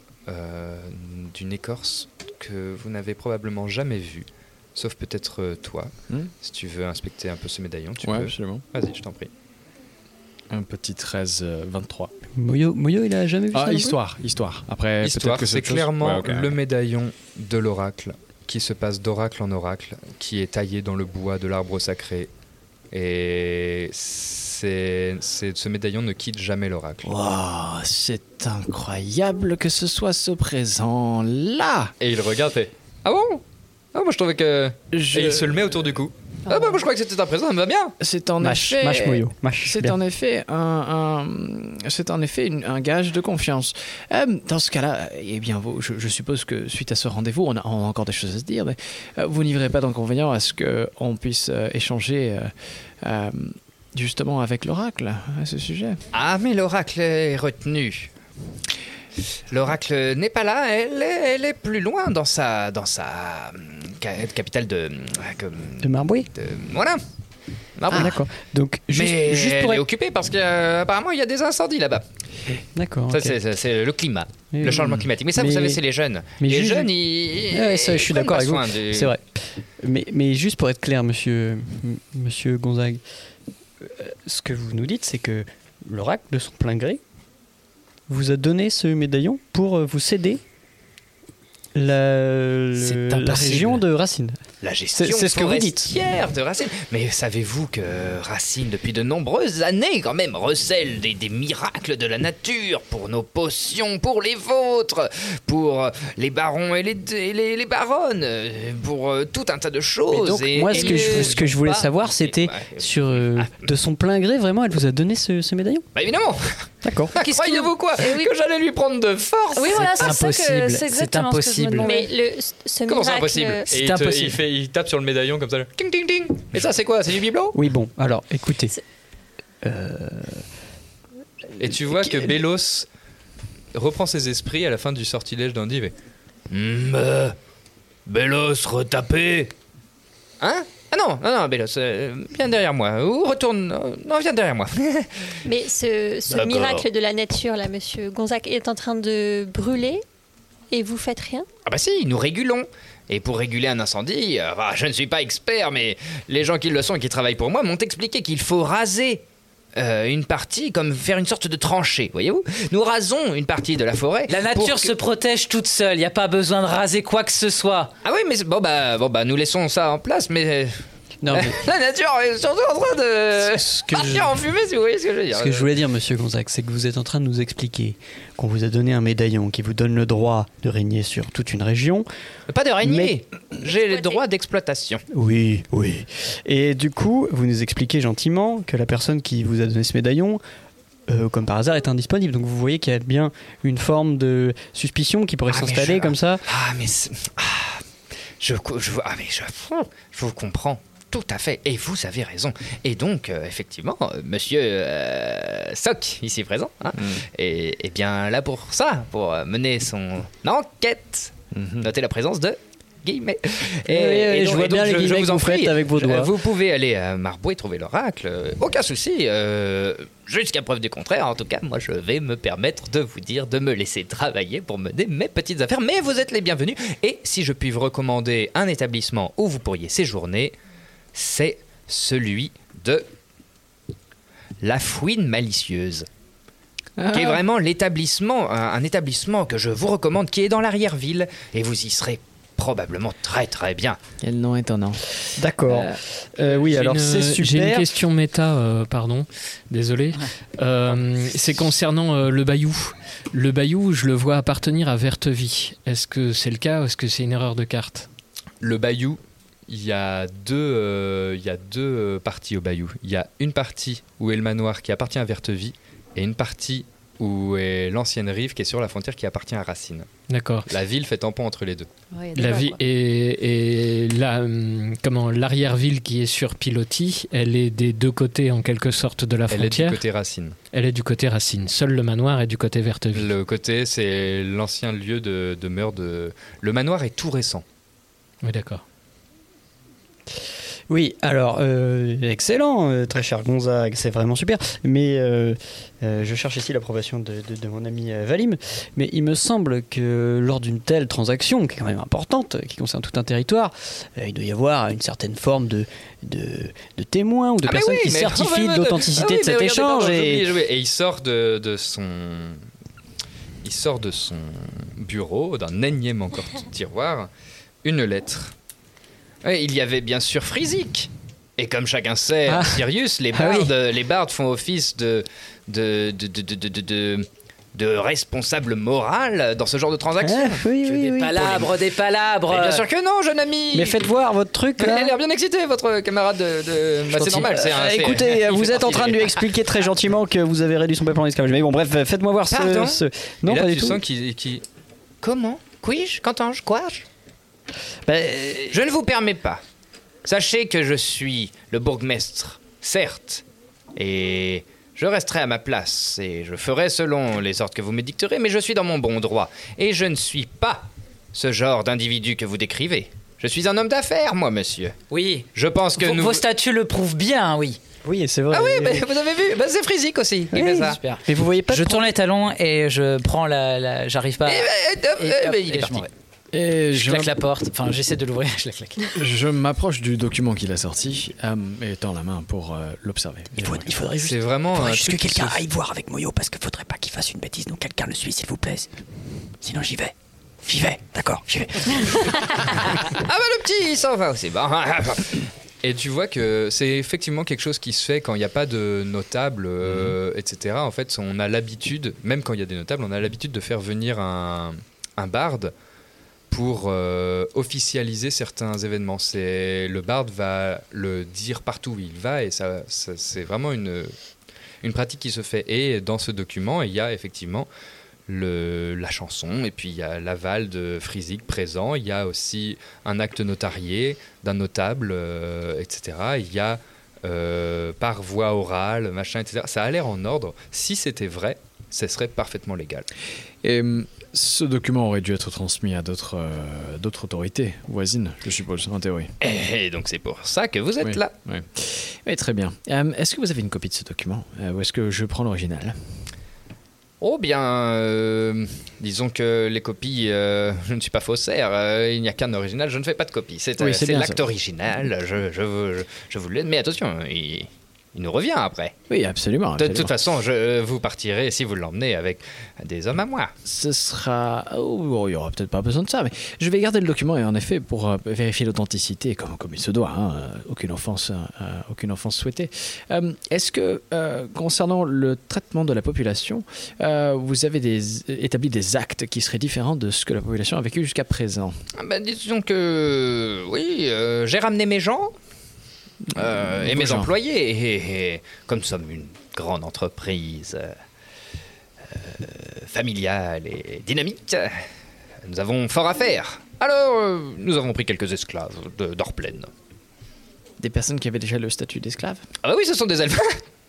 que vous n'avez probablement jamais vue, sauf peut-être toi. Si tu veux inspecter un peu ce médaillon, tu peux. Absolument. Vas-y, je t'en prie. Un petit 13-23. Moyo, il a jamais vu ça? Histoire. Après, Histoire, peut-être que c'est clairement le médaillon de l'oracle qui se passe d'oracle en oracle, qui est taillé dans le bois de l'arbre sacré. Et ce médaillon ne quitte jamais l'oracle. Wow, c'est incroyable que ce soit ce présent-là. Et il regarde et... Ah bon? Ah, moi je trouvais que... Et il se le met autour du cou. Ah bah moi je crois que c'était un présent, ça me va bien. C'est en effet... Mâche, Moyo. C'est en effet un gage de confiance. Dans ce cas-là, eh bien, je suppose que suite à ce rendez-vous, on a encore des choses à se dire, mais vous n'y verrez pas d'inconvénient à ce qu'on puisse échanger justement avec l'oracle à ce sujet. Ah, mais l'oracle est retenu. L'oracle n'est pas là, elle est plus loin dans sa capitale de Marbouille. Voilà. Marbouille. Ah, d'accord. Donc juste elle pour est occupée parce qu'apparemment il y a des incendies là-bas. D'accord. Ça okay. c'est le climat, le changement climatique. Mais ça, vous savez, c'est les jeunes. Les jeunes, ça, je suis d'accord avec vous. C'est vrai. Mais juste pour être clair, monsieur Gonzague, ce que vous nous dites, c'est que l'oracle, de son plein gré, vous a donné ce médaillon pour vous céder la région de Racine. La gestion c'est ce que vous dites. forestière de Racine. Mais savez-vous que Racine, depuis de nombreuses années, quand même, recèle des miracles de la nature pour nos potions, pour les vôtres, pour les barons et les baronnes, pour tout un tas de choses. Donc, moi, ce que je voulais savoir, c'était de son plein gré, vraiment, elle vous a donné ce médaillon. Bah évidemment. D'accord. Croyez-vous quoi que j'allais lui prendre de force? Oui, voilà, c'est impossible. c'est exactement ce que je me demandais. Mais ce Comment c'est miracle... impossible? C'est impossible. Il tape sur le médaillon comme ça. Ting, ting, ting. Et ça, c'est quoi? C'est du bibelot? Oui, bon, alors, écoutez. Et tu vois que Bélos reprend ses esprits à la fin du sortilège d'Andy. Bélos, retapé. Hein? Ah non, Bélos, viens derrière moi. Ou retourne. Non, viens derrière moi. Mais ce miracle de la nature, là, monsieur Gonzac, est en train de brûler et vous faites rien? Ah bah si, nous régulons. Et pour réguler un incendie, je ne suis pas expert, mais les gens qui le sont et qui travaillent pour moi m'ont expliqué qu'il faut raser une partie, comme faire une sorte de tranchée, voyez-vous. Nous rasons une partie de la forêt. La nature se protège toute seule, il n'y a pas besoin de raser quoi que ce soit. Ah oui, mais bon, nous laissons ça en place, mais... Non, mais... La nature est surtout en train de partir en fumée, si vous voyez ce que je veux dire. Ce que je voulais dire, monsieur Gonzac, c'est que vous êtes en train de nous expliquer qu'on vous a donné un médaillon qui vous donne le droit de régner sur toute une région. Pas de régner, j'ai le droit d'exploitation. Oui. Et du coup, vous nous expliquez gentiment que la personne qui vous a donné ce médaillon, comme par hasard, est indisponible. Donc vous voyez qu'il y a bien une forme de suspicion qui pourrait s'installer comme ça. Je vous comprends. Tout à fait, et vous avez raison. Et donc, effectivement, monsieur Soc, ici présent, est bien là pour ça, pour mener son enquête. Notez la présence de guillemets. Et je vois bien les guillemets que vous faites avec vos doigts. Vous pouvez aller à Marbouet trouver l'oracle, aucun souci. Jusqu'à preuve du contraire, en tout cas, moi je vais me permettre de vous dire de me laisser travailler pour mener mes petites affaires. Mais vous êtes les bienvenus. Et si je puis vous recommander un établissement où vous pourriez séjourner, c'est celui de la Fouine Malicieuse, qui est vraiment l'établissement, un établissement que je vous recommande, qui est dans l'arrière-ville, et vous y serez probablement très très bien. Quel nom étonnant. D'accord. Oui, alors c'est super. J'ai une question méta, pardon, désolé. C'est concernant le Bayou. Le Bayou, je le vois appartenir à Vertevie. Est-ce que c'est le cas ou est-ce que c'est une erreur de carte? Le Bayou, il y a deux parties au Bayou. Il y a une partie où est le manoir qui appartient à Vertevie et une partie où est l'ancienne rive qui est sur la frontière qui appartient à Racine. D'accord. La ville fait tampon entre les deux. Ouais, La ville et l'arrière-ville qui est sur Pilotis, elle est des deux côtés en quelque sorte de la frontière. Elle est du côté Racine. Elle est du côté Racine. Seul le manoir est du côté Vertevie. Le côté, c'est l'ancien lieu de demeure de... Le manoir est tout récent. Oui, d'accord. Oui, alors, excellent, très cher Gonzague, c'est vraiment super. Mais je cherche ici l'approbation de mon ami Valim. Mais il me semble que lors d'une telle transaction, qui est quand même importante, qui concerne tout un territoire, il doit y avoir une certaine forme de témoins ou de personnes qui certifient de l'authenticité de cet échange. Et il sort de son... Il sort de son bureau, d'un énième encore tiroir, une lettre. Oui, il y avait bien sûr Frisic. Et comme chacun sait, en Sirius, les bardes font office de responsable moral dans ce genre de transaction. Des palabres. Mais bien sûr que non, jeune ami. Mais faites voir votre truc. Il a l'air bien excité, votre camarade c'est normal. Écoutez, vous êtes en train de lui expliquer très gentiment que vous avez réduit son peuple en esclavage. Mais bon, bref, faites-moi voir ce... Non, là, pas tu du tout. sens qu'il... Comment? Qu'ouis-je? Qu'entends-je? Quoi? Je ne vous permets pas. Sachez que je suis le bourgmestre, certes, et je resterai à ma place, et je ferai selon les ordres que vous me dicterez, mais je suis dans mon bon droit, et je ne suis pas ce genre d'individu que vous décrivez. Je suis un homme d'affaires, moi, monsieur. Oui. Je pense que Vos statuts le prouvent bien, oui. Oui, c'est vrai. Ah oui, vous avez vu, c'est Frisic aussi qui fait ça. Super. Mais vous voyez pas... Je tourne les talons et je prends j'arrive pas... il est parti. Et Je claque la porte. Enfin, j'essaie de l'ouvrir, je la claque. Je m'approche du document qu'il a sorti et tends la main pour l'observer. Il faudrait juste, C'est vraiment un juste que truc qui quelqu'un se- aille voir avec Moyo parce qu'il faudrait pas qu'il fasse une bêtise. Donc quelqu'un le suit, s'il vous plaît. Sinon, j'y vais. D'accord, j'y vais. Ah bah le petit, il s'en va aussi. Bon. Et tu vois que c'est effectivement quelque chose qui se fait quand il n'y a pas de notables, etc. En fait, on a l'habitude, même quand il y a des notables, on a l'habitude de faire venir un barde pour officialiser certains événements. Le barde va le dire partout où il va et ça c'est vraiment une pratique qui se fait. Et dans ce document, il y a effectivement la chanson, et puis il y a l'aval de Frizik présent, il y a aussi un acte notarié d'un notable, etc. Il y a par voie orale, machin, etc. Ça a l'air en ordre. Si c'était vrai, ce serait parfaitement légal. Et ce document aurait dû être transmis à d'autres autorités voisines, je suppose, en théorie. Et donc c'est pour ça que vous êtes là. Oui, très bien. Est-ce que vous avez une copie de ce document ou est-ce que je prends l'original? Oh bien, disons que les copies, je ne suis pas faussaire, il n'y a qu'un original, je ne fais pas de copie. C'est bien l'acte ça. original, je vous l'aide, mais attention, il nous revient après. Oui, absolument. De toute façon, vous partirez, si vous l'emmenez, avec des hommes à moi. Ce sera... Oh, il n'y aura peut-être pas besoin de ça, mais je vais garder le document et en effet, pour vérifier l'authenticité, comme il se doit, aucune offense souhaitée. Est-ce que, concernant le traitement de la population, vous avez établi des actes qui seraient différents de ce que la population a vécu jusqu'à présent? Disons que, oui, j'ai ramené mes gens. Et mes employés, et comme nous sommes une grande entreprise familiale et dynamique, nous avons fort à faire. Alors, nous avons pris quelques esclaves d'Orplaine. Des personnes qui avaient déjà le statut d'esclave? Ah bah oui, ce sont des elfes.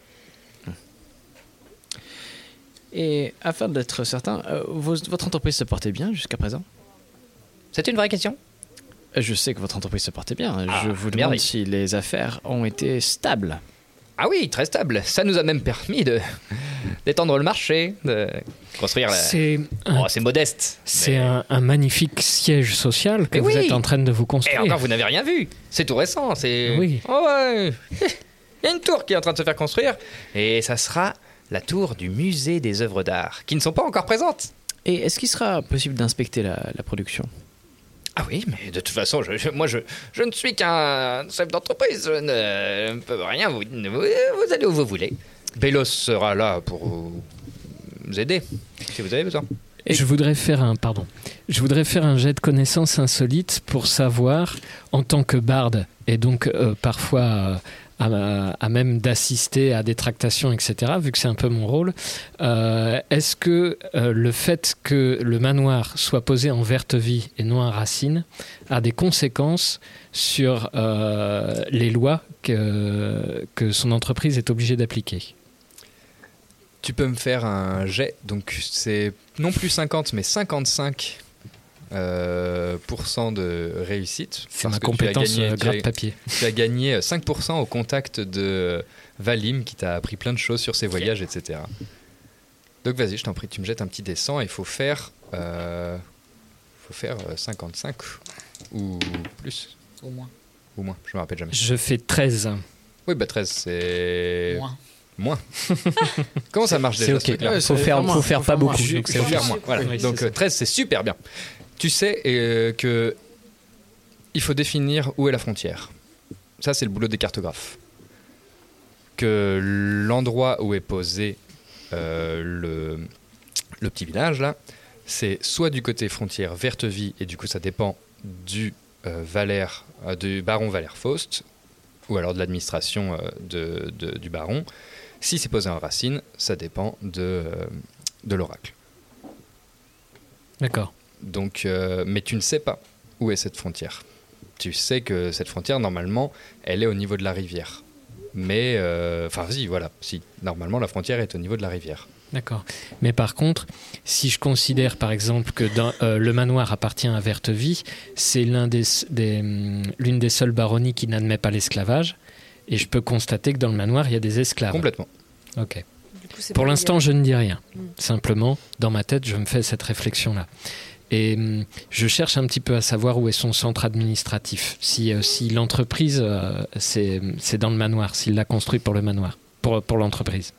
Et afin d'être certain, votre entreprise se portait bien jusqu'à présent? C'est une vraie question? Je sais que votre entreprise se portait bien. Ah, je vous demande merveille. si les affaires ont été stables. Ah oui, très stable. Ça nous a même permis d'étendre le marché, de construire C'est c'est modeste. C'est un magnifique siège social que Mais vous oui. êtes en train de vous Et construire. encore, vous n'avez rien vu. C'est tout récent. Oui. Oh ouais. Il y a une tour qui est en train de se faire construire. Et ça sera la tour du musée des œuvres d'art, qui ne sont pas encore présentes. Et est-ce qu'il sera possible d'inspecter la production? Ah oui, mais de toute façon, je ne suis qu'un chef d'entreprise. Je ne peux rien vous allez où vous voulez. Bélos sera là pour vous aider, si vous avez besoin. Et je voudrais faire un jet de connaissances insolites pour savoir, en tant que barde, et donc parfois à même d'assister à des tractations, etc., vu que c'est un peu mon rôle, est-ce que le fait que le manoir soit posé en verte vie et non en racine a des conséquences sur les lois que son entreprise est obligée d'appliquer? Tu peux me faire un jet, donc c'est non plus 50 mais 55 % de réussite. C'est ma compétence gratte-papier. Tu as gagné 5% au contact de Valim qui t'a appris plein de choses sur ses voyages, etc. Donc vas-y, je t'en prie, tu me jettes un petit dessin et il faut faire 55 ou plus. Au moins. Ou moins, je me rappelle jamais. Je fais 13. Oui, 13 c'est... Moins. Comment ça marche C'est déjà ok. ce truc-là? Faut faire pas beaucoup. Donc c'est faire moins. Voilà. Oui, Donc c'est ça. 13 c'est super bien. Tu sais que il faut définir où est la frontière. Ça c'est le boulot des cartographes. Que l'endroit où est posé le petit village là, c'est soit du côté frontière Verte-Vie et du coup ça dépend du baron Valère Faust ou alors de l'administration du baron. Si c'est posé en racine, ça dépend de l'oracle. D'accord. Donc, mais tu ne sais pas où est cette frontière. Tu sais que cette frontière, normalement, elle est au niveau de la rivière. Mais, si, normalement, la frontière est au niveau de la rivière. D'accord. Mais par contre, si je considère par exemple que le manoir appartient à Verte-Vie, c'est l'une des seules baronnies qui n'admet pas l'esclavage, et je peux constater que dans le manoir, il y a des esclaves. Complètement. Ok. Du coup, c'est Pour pas l'instant, légal. je ne dis rien. Simplement, dans ma tête, je me fais cette réflexion-là. Et je cherche un petit peu à savoir où est son centre administratif. Si l'entreprise, c'est dans le manoir, s'il l'a construit pour le manoir, pour l'entreprise.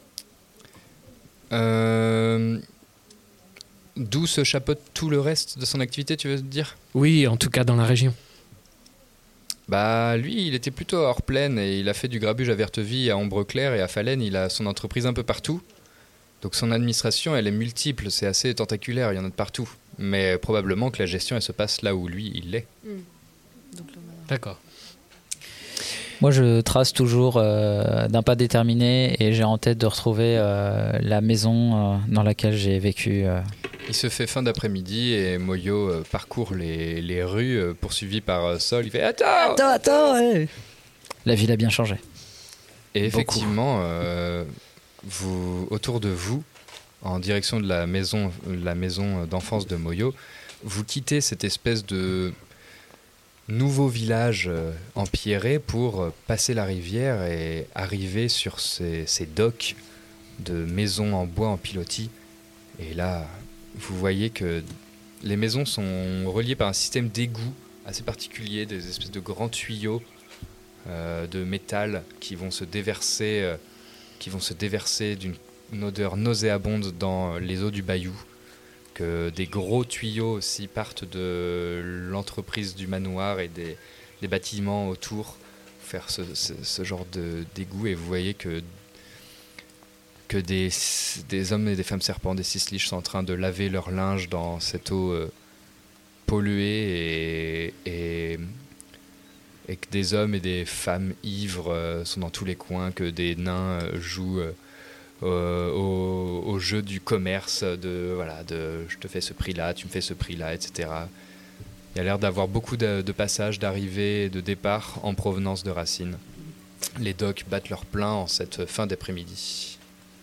D'où se chapeaute tout le reste de son activité, tu veux dire ? Oui, en tout cas dans la région. Bah lui, il était plutôt hors plaine et il a fait du grabuge à Verteville, à Ombre-Claire et à Falaine. Il a son entreprise un peu partout. Donc son administration, elle est multiple, c'est assez tentaculaire, il y en a de partout. Mais probablement que la gestion, elle se passe là où lui, il est. D'accord. Moi, je trace toujours d'un pas déterminé et j'ai en tête de retrouver la maison dans laquelle j'ai vécu. Il se fait fin d'après-midi et Moyo parcourt les rues poursuivi par Sol. Il fait Attends ouais. La ville a bien changé. Et effectivement, autour de vous, en direction de la maison d'enfance de Moyo, vous quittez cette espèce de nouveau village empierré pour passer la rivière et arriver sur ces docks de maisons en bois en pilotis. Et là, vous voyez que les maisons sont reliées par un système d'égout assez particulier, des espèces de grands tuyaux de métal qui vont se déverser d'une odeur nauséabonde dans les eaux du bayou. Que des gros tuyaux aussi partent de l'entreprise du manoir et des bâtiments autour pour faire ce genre d'égout. Et vous voyez que des hommes et des femmes serpents, des cisliches, sont en train de laver leur linge dans cette eau polluée et que des hommes et des femmes ivres sont dans tous les coins, que des nains jouent au jeu du commerce de je te fais ce prix-là, tu me fais ce prix-là, etc. Il y a l'air d'avoir beaucoup de passages, d'arrivées et de départs en provenance de Racine. Les docks battent leur plein en cette fin d'après-midi.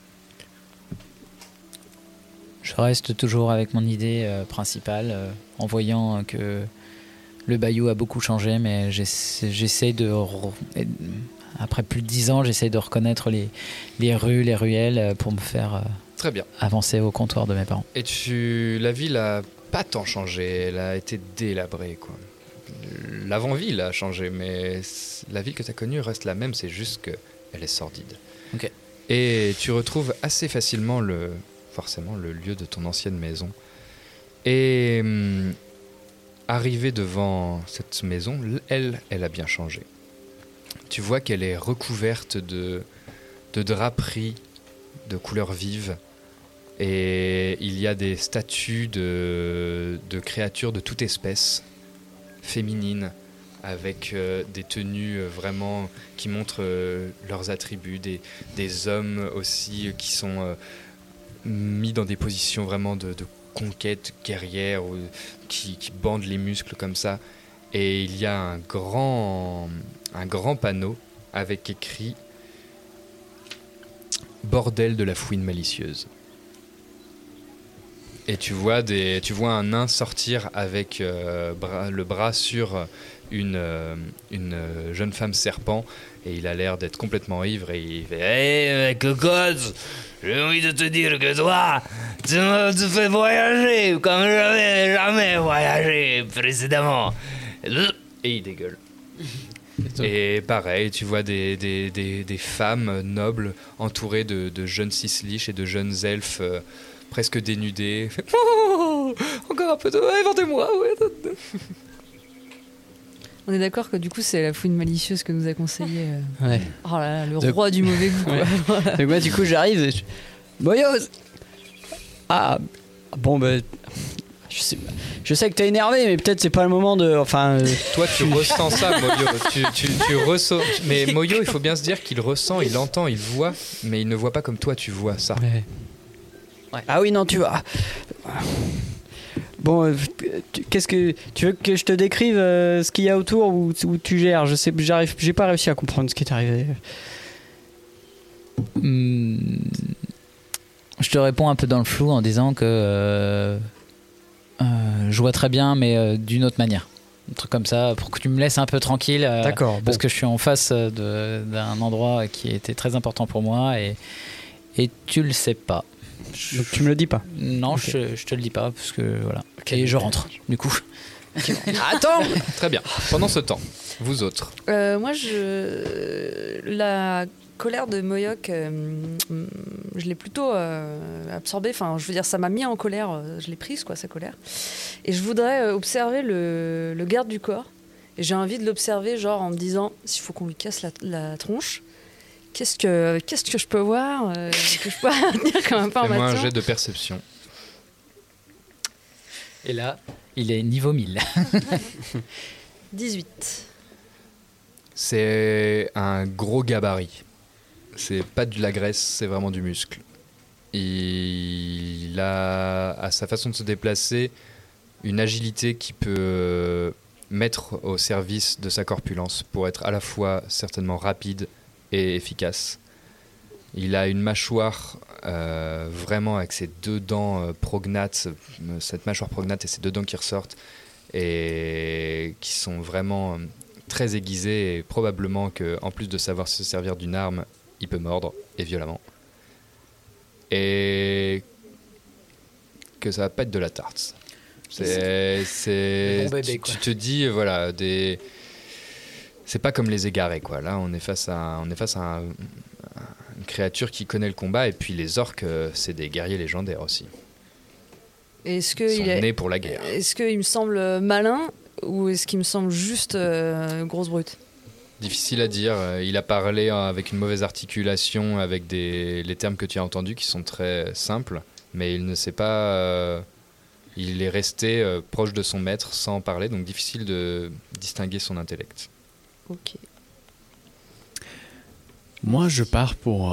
Je reste toujours avec mon idée principale, en voyant que le bayou a beaucoup changé, mais j'essaie de... Après plus de 10 ans, j'essaie de reconnaître les rues, les ruelles pour me faire très bien avancer au comptoir de mes parents. Et la ville a pas tant changé, elle a été délabrée, quoi. L'avant-ville a changé, mais la ville que tu as connue reste la même, c'est juste qu'elle est sordide. Okay. Et tu retrouves assez facilement forcément le lieu de ton ancienne maison. Et arrivé devant cette maison, elle a bien changé. Tu vois qu'elle est recouverte de draperies de couleurs vives et il y a des statues de créatures de toute espèce, féminines, avec des tenues vraiment qui montrent leurs attributs, des hommes aussi qui sont mis dans des positions vraiment de conquête guerrière, qui bandent les muscles comme ça. Et il y a un grand panneau avec écrit « Bordel de la fouine malicieuse ». Et tu vois un nain sortir avec le bras sur une jeune femme serpent, et il a l'air d'être complètement ivre, et il fait « Hey, cocotte, j'ai envie de te dire que toi, tu me fais voyager comme j'avais jamais voyagé précédemment. » Et il dégueule. Et pareil, tu vois des femmes nobles entourées de jeunes cisliches et de jeunes elfes presque dénudés. Oh, encore un peu de... Inventez-moi. Ouais. On est d'accord que du coup c'est la fouine malicieuse que nous a conseillé ouais. Oh là là, le roi du mauvais goût. Ouais. Donc moi du coup j'arrive Moyo. Ah bon bah je sais que t'es énervé, mais peut-être c'est pas le moment de... Toi, tu ressens ça, Moyo. Tu ressens... Mais Moyo, il faut bien se dire qu'il ressent, il entend, il voit, mais il ne voit pas comme toi, tu vois ça. Ouais. Ah oui, non, tu vois. Bon, qu'est-ce que... Tu veux que je te décrive ce qu'il y a autour ou tu gères ? J'ai pas réussi à comprendre ce qui est arrivé. Je te réponds un peu dans le flou en disant que... je vois très bien, mais d'une autre manière. Un truc comme ça, pour que tu me laisses un peu tranquille. D'accord. Parce que je suis en face d'un endroit qui était très important pour moi et tu le sais pas. Donc tu me le dis pas. Non, Ok. je te le dis pas parce que voilà. Et je rentre du coup. Attends. Très bien. Pendant ce temps, vous autres. Moi, la colère de Moyoc, je l'ai plutôt absorbée. Enfin, je veux dire, ça m'a mis en colère. Je l'ai prise, quoi, sa colère. Et je voudrais observer le garde du corps. Et j'ai envie de l'observer, genre en me disant, s'il faut qu'on lui casse la tronche, qu'est-ce que je peux voir que je peux retenir comme information. Fais-moi un jet de perception. Et là, il est niveau 1000. 18. C'est un gros gabarit. C'est pas de la graisse, c'est vraiment du muscle. Il a, à sa façon de se déplacer, une agilité qui peut mettre au service de sa corpulence pour être à la fois certainement rapide et efficace. Il a une mâchoire vraiment avec ses 2 dents prognates, cette mâchoire prognate et ses 2 dents qui ressortent et qui sont vraiment très aiguisées, et probablement qu'en plus de savoir se servir d'une arme, il peut mordre, et violemment. Et que ça va pas être de la tarte. C'est bon bébé, quoi. tu te dis, voilà, c'est pas comme les égarés, quoi. Là, on est face à une créature qui connaît le combat, et puis les orques, c'est des guerriers légendaires aussi. Est-ce Ils sont qu'il est nés pour la guerre. Est-ce qu'il me semble malin ou est-ce qu'il me semble juste grosse brute? Difficile à dire. Il a parlé avec une mauvaise articulation, avec les termes que tu as entendus qui sont très simples, mais il ne sait pas. Il est resté proche de son maître sans parler, donc difficile de distinguer son intellect. Ok. Moi, je pars pour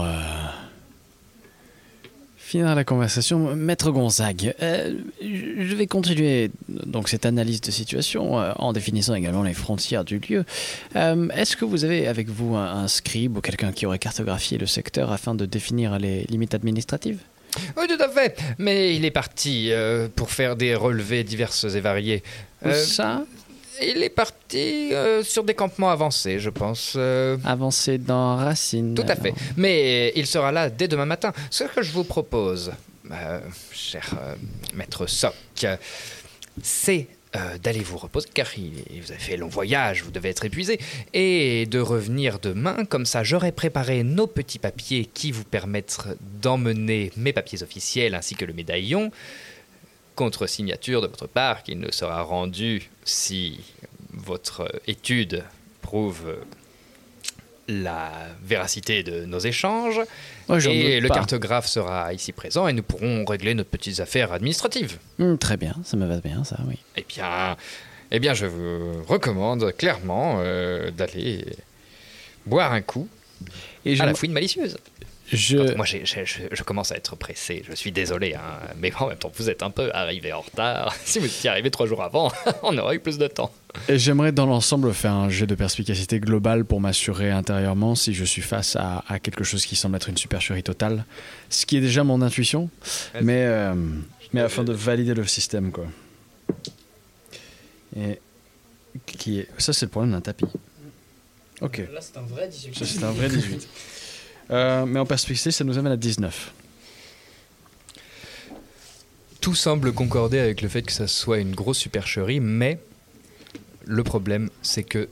finir la conversation. Maître Gonzague, je vais continuer donc cette analyse de situation en définissant également les frontières du lieu. Est-ce que vous avez avec vous un scribe ou quelqu'un qui aurait cartographié le secteur afin de définir les limites administratives ? Oui, tout à fait. Mais il est parti pour faire des relevés diverses et variés. Ça ? Il est parti sur des campements avancés, je pense. Avancés dans Racine. Tout à fait. Mais il sera là dès demain matin. Ce que je vous propose, cher maître Soc, c'est d'aller vous reposer, car vous avez fait un long voyage, vous devez être épuisé, et de revenir demain. Comme ça, j'aurai préparé nos petits papiers qui vous permettent d'emmener mes papiers officiels ainsi que le médaillon, contre signature de votre part, qui ne sera rendu si votre étude prouve la véracité de nos échanges. Et le cartographe sera ici présent et nous pourrons régler nos petites affaires administratives. Très bien, ça me va bien, ça, oui. Eh bien, je vous recommande clairement d'aller boire un coup à la fouine malicieuse. Moi, je commence à être pressé. Je suis désolé, hein, mais en même temps, vous êtes un peu arrivé en retard. Si vous étiez arrivé 3 jours avant, on aurait eu plus de temps. Et j'aimerais dans l'ensemble faire un jet de perspicacité globale pour m'assurer intérieurement si je suis face à quelque chose qui semble être une supercherie totale, ce qui est déjà mon intuition, mais afin de valider le système, quoi. Et ça, c'est le problème d'un tapis. Ok. Là, c'est un vrai 18. Ça, c'est un vrai 18. Mais en perspective, ça nous amène à 19. Tout semble concorder avec le fait que ça soit une grosse supercherie, mais le problème, c'est que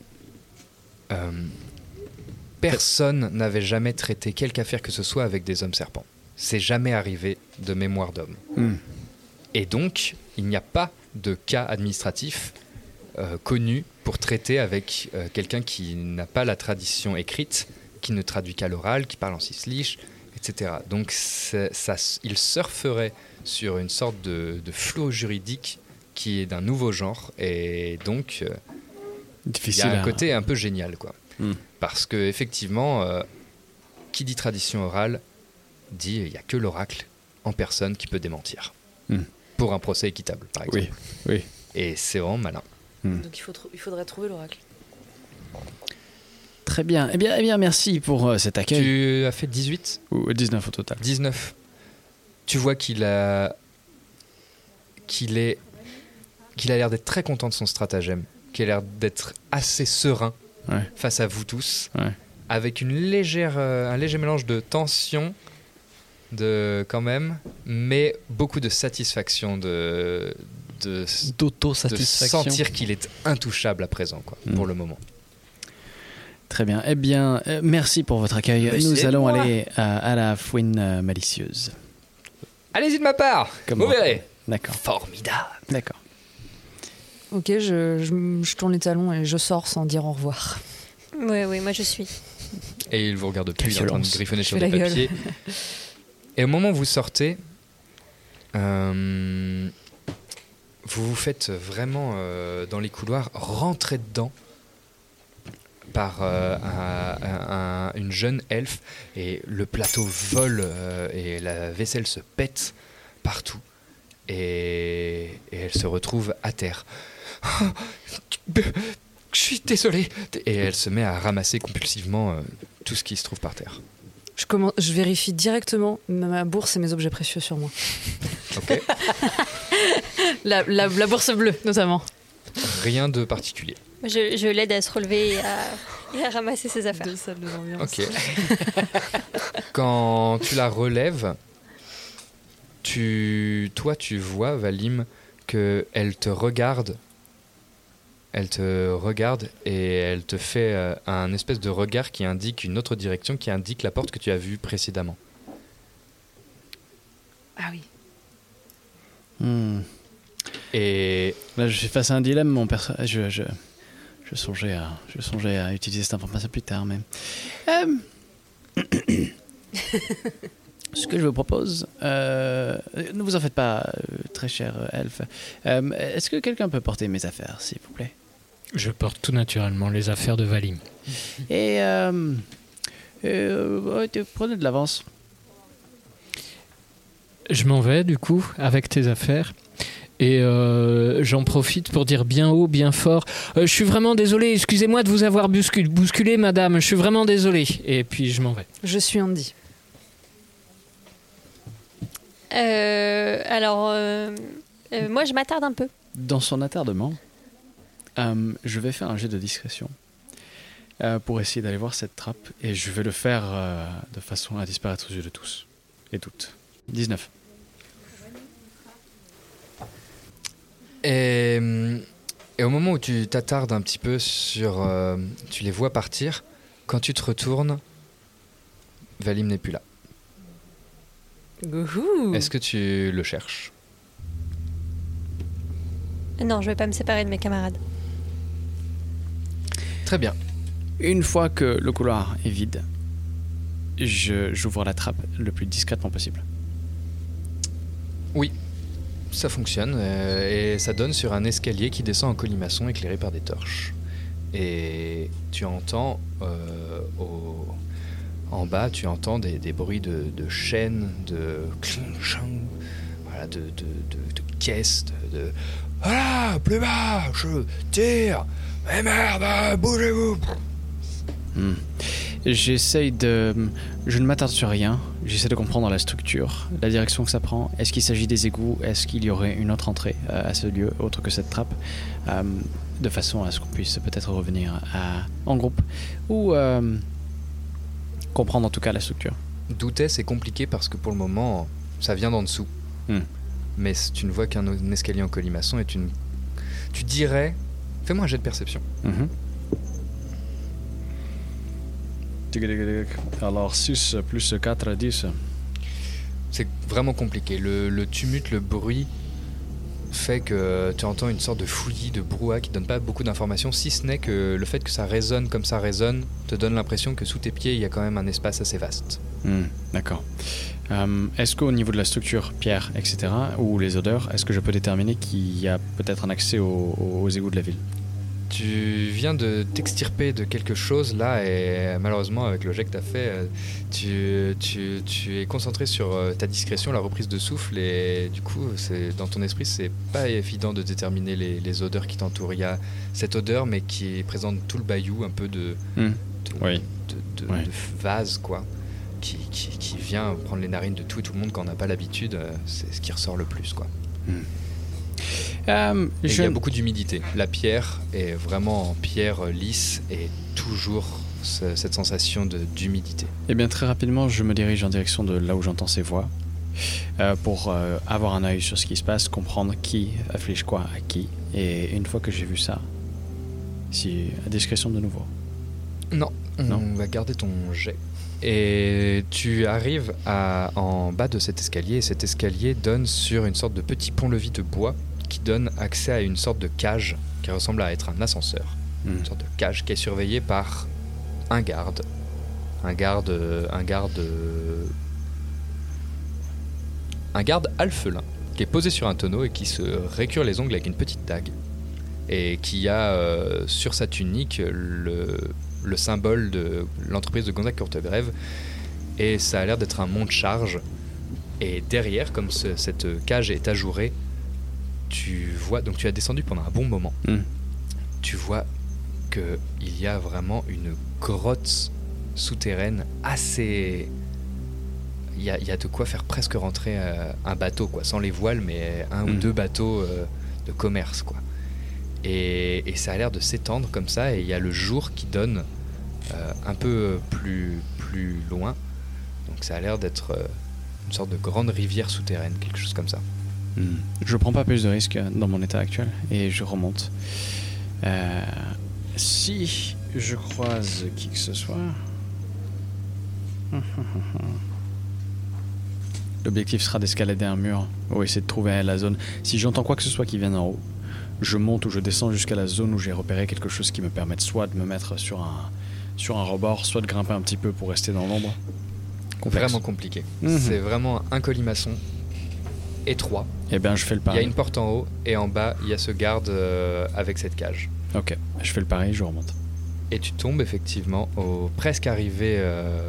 personne n'avait jamais traité quelque affaire que ce soit avec des hommes serpents. C'est jamais arrivé de mémoire d'homme. Et donc, il n'y a pas de cas administratif connu pour traiter avec quelqu'un qui n'a pas la tradition écrite, qui ne traduit qu'à l'oral, qui parle en sisliche, etc. Donc il surferait sur une sorte de flot juridique qui est d'un nouveau genre, et donc il y a un côté un peu génial, quoi. Parce que effectivement, qui dit tradition orale dit il n'y a que l'oracle en personne qui peut démentir pour un procès équitable, par exemple. Oui. Et c'est vraiment malin. Donc il faudrait trouver l'oracle. Très bien. Eh bien, merci pour cet accueil. Tu as fait 18 ? Ou 19 au total. 19. Tu vois qu'il a l'air d'être très content de son stratagème, qu'il a l'air d'être assez serein face à vous tous, avec un léger mélange de tension quand même, mais beaucoup de satisfaction d'autosatisfaction. de sentir qu'il est intouchable à présent, quoi, pour le moment. Très bien. Eh bien, merci pour votre accueil. Mais nous c'est allons moi. aller à la fouine malicieuse. Allez-y de ma part, vous verrez. D'accord. Formidable. D'accord. Ok, je tourne les talons et je sors sans dire au revoir. Oui, moi je suis. Et il vous regarde plus, il est en Quelle train de violence. griffonner Je sur fais des la gueule. papiers. Et au moment où vous sortez, vous vous faites vraiment dans les couloirs rentrer dedans par une jeune elfe, et le plateau vole et la vaisselle se pète partout, et elle se retrouve à terre. Je suis désolé. Et elle se met à ramasser compulsivement tout ce qui se trouve par terre. Je vérifie directement ma bourse et mes objets précieux sur moi. Ok. La bourse bleue, notamment. Rien de particulier. Je l'aide à se relever et à ramasser ses affaires. Deux salles de l'ambiance. Ok. Quand tu la relèves, tu vois, Valim, qu'elle te regarde. Elle te regarde et elle te fait un espèce de regard qui indique une autre direction, qui indique la porte que tu as vue précédemment. Ah oui. Et là, je suis face à un dilemme. Mon personnage, je songeais à utiliser cette information plus tard, mais ce que je vous propose, ne vous en faites pas, très cher elfe. Est-ce que quelqu'un peut porter mes affaires, s'il vous plaît? Je porte tout naturellement les affaires de Valim. Et prenez de l'avance. Je m'en vais du coup avec tes affaires et j'en profite pour dire bien haut, bien fort, je suis vraiment désolé, excusez-moi de vous avoir bousculé madame, je suis vraiment désolé. Et puis je m'en vais. Je suis Andy. Moi je m'attarde un peu. Dans son attardement, je vais faire un jet de discrétion pour essayer d'aller voir cette trappe, et je vais le faire de façon à disparaître aux yeux de tous et toutes. 19. Et au moment où tu t'attardes un petit peu sur... tu les vois partir, quand tu te retournes, Valim n'est plus là. Est-ce que tu le cherches? Non, je vais pas me séparer de mes camarades. Très bien. Une fois que le couloir est vide, j'ouvre la trappe le plus discrètement possible. Oui, ça fonctionne et ça donne sur un escalier qui descend en colimaçon éclairé par des torches. Et tu entends en bas, tu entends des bruits de chaînes, de cling-chang, voilà, de caisses, de voilà, plus bas, je tire, mais merde, bougez-vous. J'essaye de... Je ne m'attarde sur rien. J'essaie de comprendre la structure, la direction que ça prend. Est-ce qu'il s'agit des égouts? Est-ce qu'il y aurait une autre entrée à ce lieu, autre que cette trappe, de façon à ce qu'on puisse peut-être revenir en groupe, ou comprendre en tout cas la structure. Douter, c'est compliqué parce que pour le moment, ça vient d'en dessous. Mais tu ne vois qu'un escalier en colimaçon et tu dirais... Fais-moi un jet de perception. Alors 6 plus 4, 10. C'est vraiment compliqué. Le tumulte, le bruit fait que tu entends une sorte de fouillis, de brouhaha qui donne pas beaucoup d'informations, si ce n'est que le fait que ça résonne comme ça résonne te donne l'impression que sous tes pieds il y a quand même un espace assez vaste. D'accord. Est-ce qu'au niveau de la structure, pierre, etc., ou les odeurs, est-ce que je peux déterminer qu'il y a peut-être un accès aux égouts de la ville? Tu viens de t'extirper de quelque chose là, et malheureusement avec le jet que tu as fait, tu es concentré sur ta discrétion, la reprise de souffle, et du coup dans ton esprit c'est pas évident de déterminer les odeurs qui t'entourent. Il y a cette odeur mais qui présente tout le bayou, un peu de vase quoi, qui vient prendre les narines de tout et tout le monde quand on n'a pas l'habitude. C'est ce qui ressort le plus quoi. Il y a beaucoup d'humidité. La pierre est vraiment en pierre lisse et toujours cette sensation d'humidité. Eh bien, très rapidement, je me dirige en direction de là où j'entends ces voix pour avoir un œil sur ce qui se passe, comprendre qui afflige quoi à qui. Et une fois que j'ai vu ça, si à discrétion de nouveau. Non, on va garder ton jet. Et tu arrives en bas de cet escalier, et cet escalier donne sur une sorte de petit pont-levis de bois qui donne accès à une sorte de cage qui ressemble à être un ascenseur. Une sorte de cage qui est surveillée par un garde. Un garde alphelin qui est posé sur un tonneau et qui se récure les ongles avec une petite dague. Et qui a sur sa tunique le symbole de l'entreprise de Gonzague Courtegrève, et ça a l'air d'être un monte-charge. Et derrière, comme cette cage est ajourée, tu vois, donc tu as descendu pendant un bon moment, tu vois qu'il y a vraiment une grotte souterraine assez... Il y a de quoi faire presque rentrer un bateau, quoi, sans les voiles, mais un ou deux bateaux de commerce, quoi. Et ça a l'air de s'étendre comme ça, et il y a le jour qui donne un peu plus loin. Donc ça a l'air d'être une sorte de grande rivière souterraine, quelque chose comme ça. Je prends pas plus de risques dans mon état actuel et je remonte. Si je croise qui que ce soit... L'objectif sera d'escalader un mur ou essayer de trouver la zone. Si j'entends quoi que ce soit qui vienne en haut, je monte ou je descends jusqu'à la zone où j'ai repéré quelque chose qui me permette soit de me mettre sur un rebord, soit de grimper un petit peu pour rester dans l'ombre. Vraiment compliqué. C'est vraiment un colimaçon étroit. Eh bien, je fais le pari. Il y a une porte en haut et en bas, il y a ce garde avec cette cage. Ok, je fais le pari, je remonte. Et tu tombes effectivement presque arrivé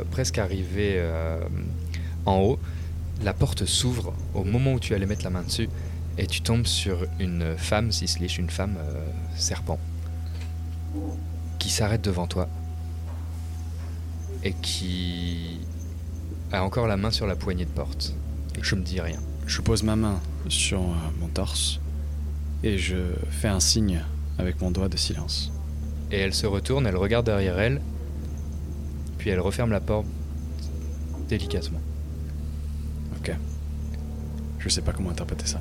en haut. La porte s'ouvre au moment où tu allais mettre la main dessus et tu tombes sur une femme cisliche, une femme serpent, qui s'arrête devant toi et qui a encore la main sur la poignée de porte. Et je ne dis rien. Je pose ma main sur mon torse et je fais un signe avec mon doigt de silence. Et elle se retourne, elle regarde derrière elle, puis elle referme la porte délicatement. Ok. Je sais pas comment interpréter ça.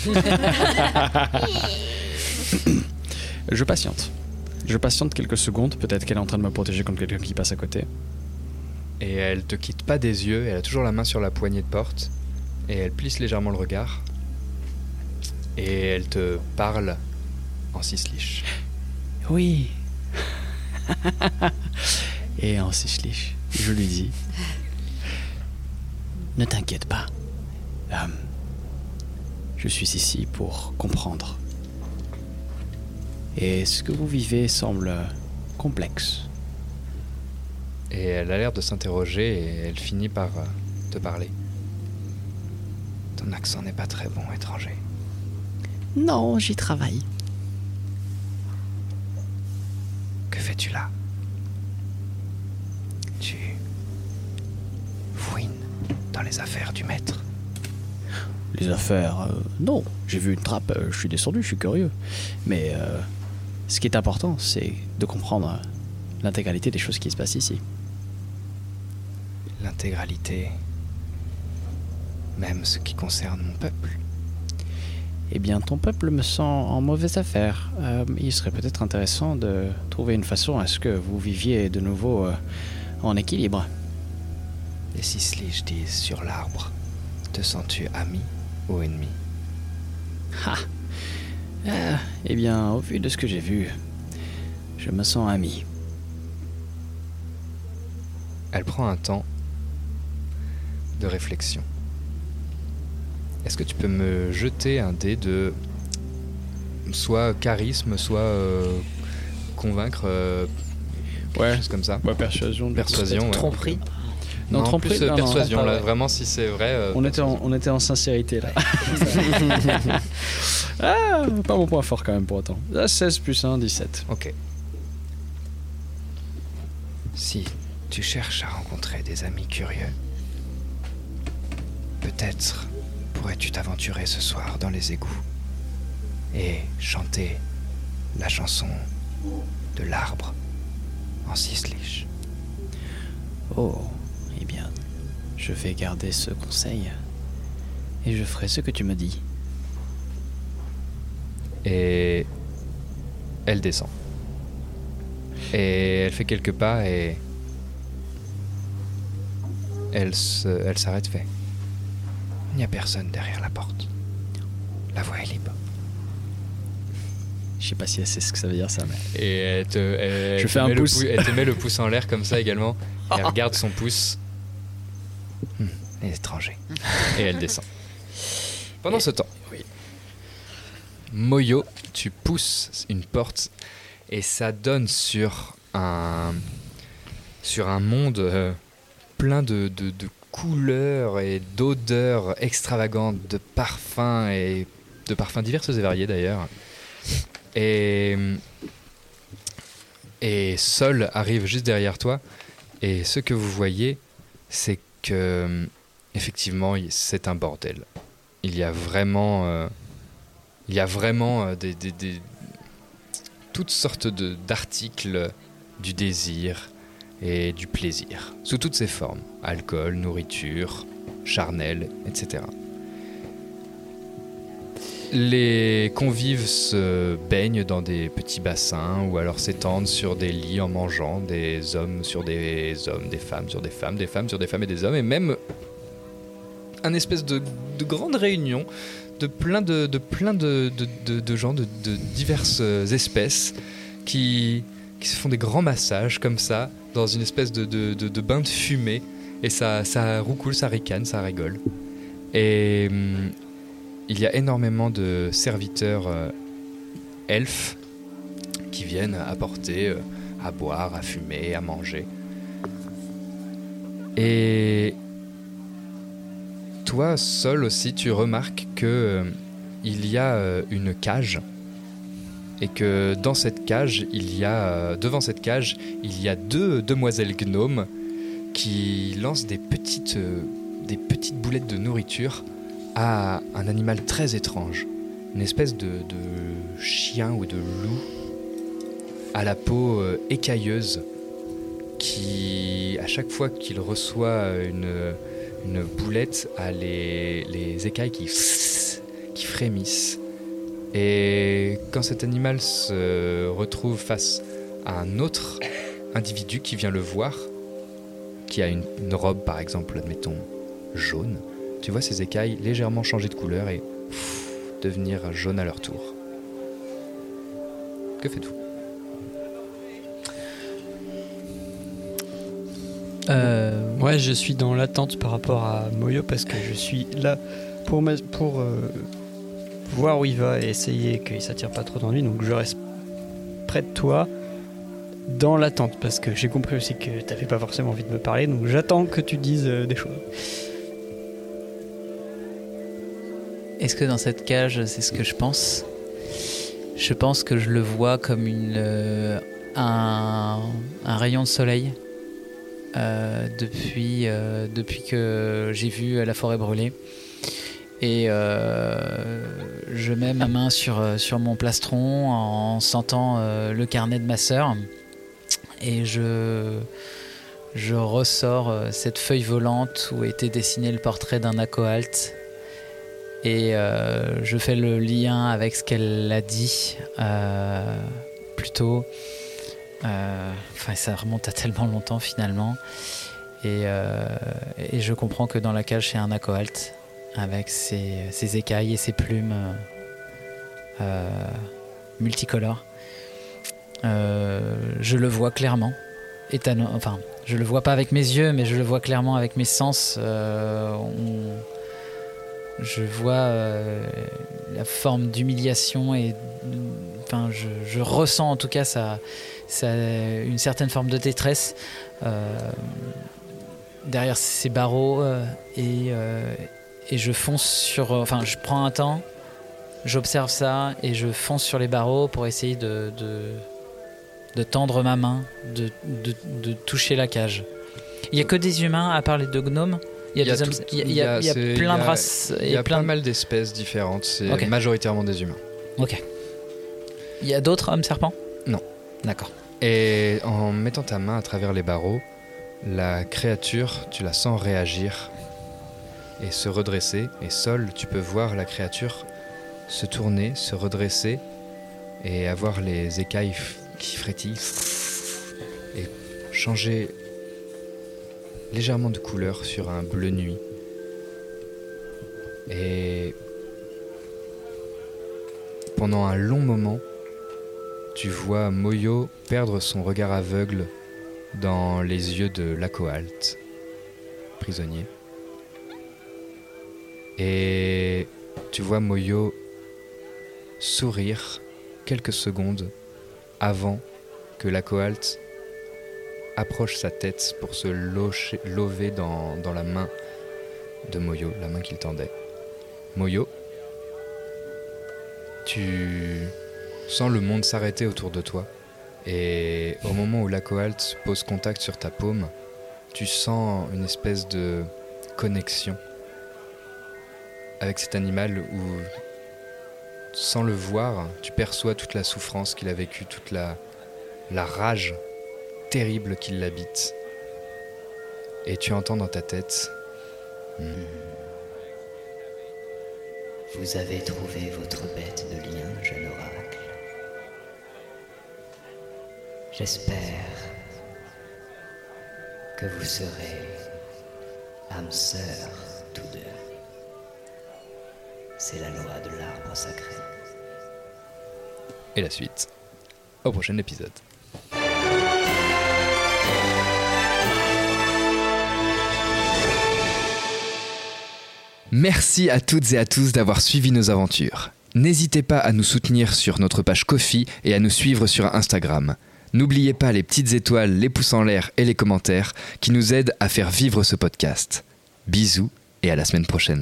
Je patiente. Je patiente quelques secondes, peut-être qu'elle est en train de me protéger contre quelqu'un qui passe à côté. Et elle te quitte pas des yeux, elle a toujours la main sur la poignée de porte, et elle plisse légèrement le regard, et elle te parle en cisliche. Oui. Et en cisliche, je lui dis... Ne t'inquiète pas. Je suis ici pour comprendre. Et ce que vous vivez semble complexe. Et elle a l'air de s'interroger et elle finit par te parler. Ton accent n'est pas très bon, étranger. Non, j'y travaille. Que fais-tu là? Tu fouines dans les affaires du maître? Les affaires... non, j'ai vu une trappe, je suis descendu, je suis curieux. Mais ce qui est important, c'est de comprendre l'intégralité des choses qui se passent ici. L'intégralité, même ce qui concerne mon peuple. Eh bien, ton peuple me sent en mauvaise affaire. Il serait peut-être intéressant de trouver une façon à ce que vous viviez de nouveau en équilibre. Les cisliches disent sur l'arbre. Te sens-tu ami ou ennemi? Eh bien, au vu de ce que j'ai vu, je me sens ami. Elle prend un temps de réflexion. Est-ce que tu peux me jeter un dé de soit charisme, soit convaincre, quelque chose comme ça? Ouais, persuasion. Persuasion, ouais. Tromperie. Non, tromperie, plus persuasion, là, ouais. vraiment, si c'est vrai. On était en sincérité, là. Pas mon point fort, quand même, pour autant. 16 plus 1, 17. Ok. Si tu cherches à rencontrer des amis curieux, peut-être pourrais-tu t'aventurer ce soir dans les égouts et chanter la chanson de l'arbre en cisliche. Oh, eh bien, je vais garder ce conseil et je ferai ce que tu me dis. Et elle descend. Et elle fait quelques pas et elle s'arrête, fait. Il n'y a personne derrière la porte. La voie est libre. Je sais pas si elle sait ce que ça veut dire ça, mais. Et elle te met le pouce en l'air comme ça également. Et elle regarde son pouce. Les étrangers. Et elle descend. Pendant ce temps, Moyo, tu pousses une porte et ça donne sur un monde plein de couleurs et d'odeurs extravagantes, de parfums divers et variés d'ailleurs. Et Sol arrive juste derrière toi et ce que vous voyez, c'est que effectivement c'est un bordel. Il y a vraiment toutes sortes d'articles du désir et du plaisir, sous toutes ses formes, alcool, nourriture, charnel, etc. Les convives se baignent dans des petits bassins ou alors s'étendent sur des lits en mangeant, des hommes sur des hommes, des femmes sur des femmes, des femmes sur des femmes et des hommes, et même un espèce de grande réunion de plein de gens de diverses espèces qui se font des grands massages comme ça dans une espèce de bain de fumée, et ça roucoule, ça ricane, ça rigole. Et il y a énormément de serviteurs elfes qui viennent apporter à boire, à fumer, à manger. Et toi, Sol aussi, tu remarques que il y a une cage et que dans cette cage, devant cette cage, il y a deux demoiselles gnomes qui lancent des petites boulettes de nourriture à un animal très étrange, une espèce de chien ou de loup à la peau écailleuse qui, à chaque fois qu'il reçoit une boulette, a les écailles qui frémissent. Et quand cet animal se retrouve face à un autre individu qui vient le voir, qui a une robe par exemple, admettons, jaune, tu vois ces écailles légèrement changer de couleur et devenir jaune à leur tour. Que faites-vous ? Moi, je suis dans l'attente par rapport à Moyo parce que je suis là pour voir où il va et essayer qu'il s'attire pas trop d'ennui. Donc, je reste près de toi dans l'attente parce que j'ai compris aussi que t'avais pas forcément envie de me parler. Donc, j'attends que tu dises des choses. Est-ce que dans cette cage, c'est ce que je pense ? Je pense que je le vois comme un rayon de soleil. Depuis que j'ai vu la forêt brûler, et je mets ma main sur mon plastron en sentant le carnet de ma sœur et je ressors cette feuille volante où était dessiné le portrait d'un Akoalt et je fais le lien avec ce qu'elle a dit plus tôt. Ça remonte à tellement longtemps finalement et je comprends que dans la cage c'est un Akoalt avec ses écailles et ses plumes multicolores. Je le vois clairement, je le vois pas avec mes yeux mais je le vois clairement avec mes sens. Je vois la forme d'humiliation et je ressens en tout cas ça une certaine forme de détresse derrière ces barreaux et je fonce je prends un temps, j'observe ça et je fonce sur les barreaux pour essayer de tendre ma main, de toucher la cage. Il n'y a que des humains à part les deux gnomes. Il y a plein de races. Il y a pas mal d'espèces différentes. C'est majoritairement des humains. Ok. Il y a d'autres hommes serpents ? Non. D'accord. Et en mettant ta main à travers les barreaux, La créature, tu la sens réagir et se redresser. Et Sol, tu peux voir la créature se tourner, se redresser et avoir les écailles qui frétillent et changer légèrement de couleur sur un bleu nuit. Et pendant un long moment, tu vois Moyo perdre son regard aveugle dans les yeux de Lacoalt, prisonnier. Et tu vois Moyo sourire quelques secondes avant que Lacoalt approche sa tête pour se lover dans la main de Moyo, la main qu'il tendait. Moyo, tu sens le monde s'arrêter autour de toi. Et au moment où Lacoalt pose contact sur ta paume, tu sens une espèce de connexion avec cet animal où, sans le voir, tu perçois toute la souffrance qu'il a vécue, toute la rage terrible qui l'habite. Et tu entends dans ta tête... Vous avez trouvé votre bête de lien, jeune oracle. J'espère que vous serez âmes sœurs tous deux. C'est la loi de l'arbre sacré. Et la suite, au prochain épisode. Merci à toutes et à tous d'avoir suivi nos aventures. N'hésitez pas à nous soutenir sur notre page Ko-fi et à nous suivre sur Instagram. N'oubliez pas les petites étoiles, les pouces en l'air et les commentaires qui nous aident à faire vivre ce podcast. Bisous et à la semaine prochaine.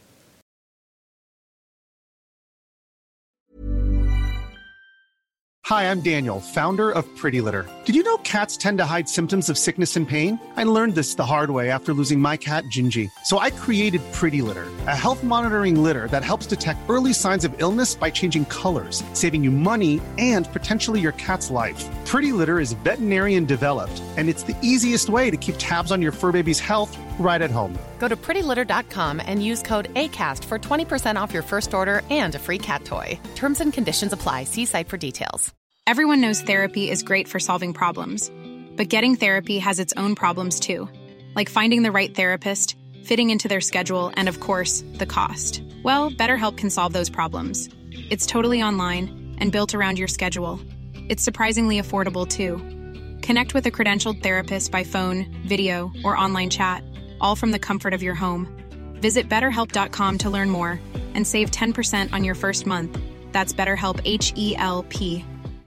Hi, I'm Daniel, founder of Pretty Litter. Did you know cats tend to hide symptoms of sickness and pain? I learned this the hard way after losing my cat, Gingy. So I created Pretty Litter, a health monitoring litter that helps detect early signs of illness by changing colors, saving you money and potentially your cat's life. Pretty Litter is veterinarian developed, and it's the easiest way to keep tabs on your fur baby's health right at home. Go to prettylitter.com and use code ACAST for 20% off your first order and a free cat toy. Terms and conditions apply. See site for details. Everyone knows therapy is great for solving problems, but getting therapy has its own problems too, like finding the right therapist, fitting into their schedule, and of course, the cost. Well, BetterHelp can solve those problems. It's totally online and built around your schedule. It's surprisingly affordable too. Connect with a credentialed therapist by phone, video, or online chat, all from the comfort of your home. Visit BetterHelp.com to learn more and save 10% on your first month. That's BetterHelp, H-E-L-P.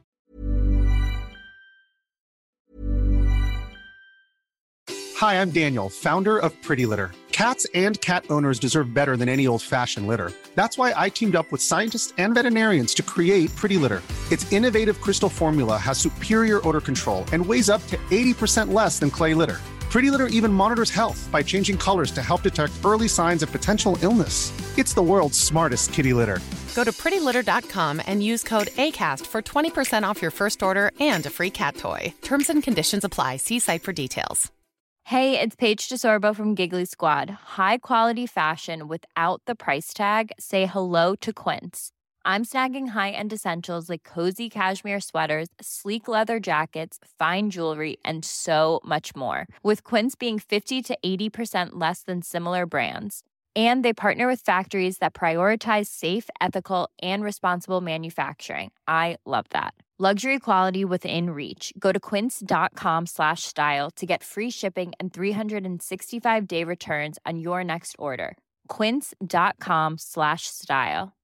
Hi, I'm Daniel, founder of Pretty Litter. Cats and cat owners deserve better than any old-fashioned litter. That's why I teamed up with scientists and veterinarians to create Pretty Litter. Its innovative crystal formula has superior odor control and weighs up to 80% less than clay litter. Pretty Litter even monitors health by changing colors to help detect early signs of potential illness. It's the world's smartest kitty litter. Go to prettylitter.com and use code ACAST for 20% off your first order and a free cat toy. Terms and conditions apply. See site for details. Hey, it's Paige DeSorbo from Giggly Squad. High quality fashion without the price tag. Say hello to Quince. I'm snagging high-end essentials like cozy cashmere sweaters, sleek leather jackets, fine jewelry, and so much more. With Quince being 50 to 80% less than similar brands. And they partner with factories that prioritize safe, ethical, and responsible manufacturing. I love that. Luxury quality within reach. Go to quince.com/style to get free shipping and 365-day returns on your next order. Quince.com/style.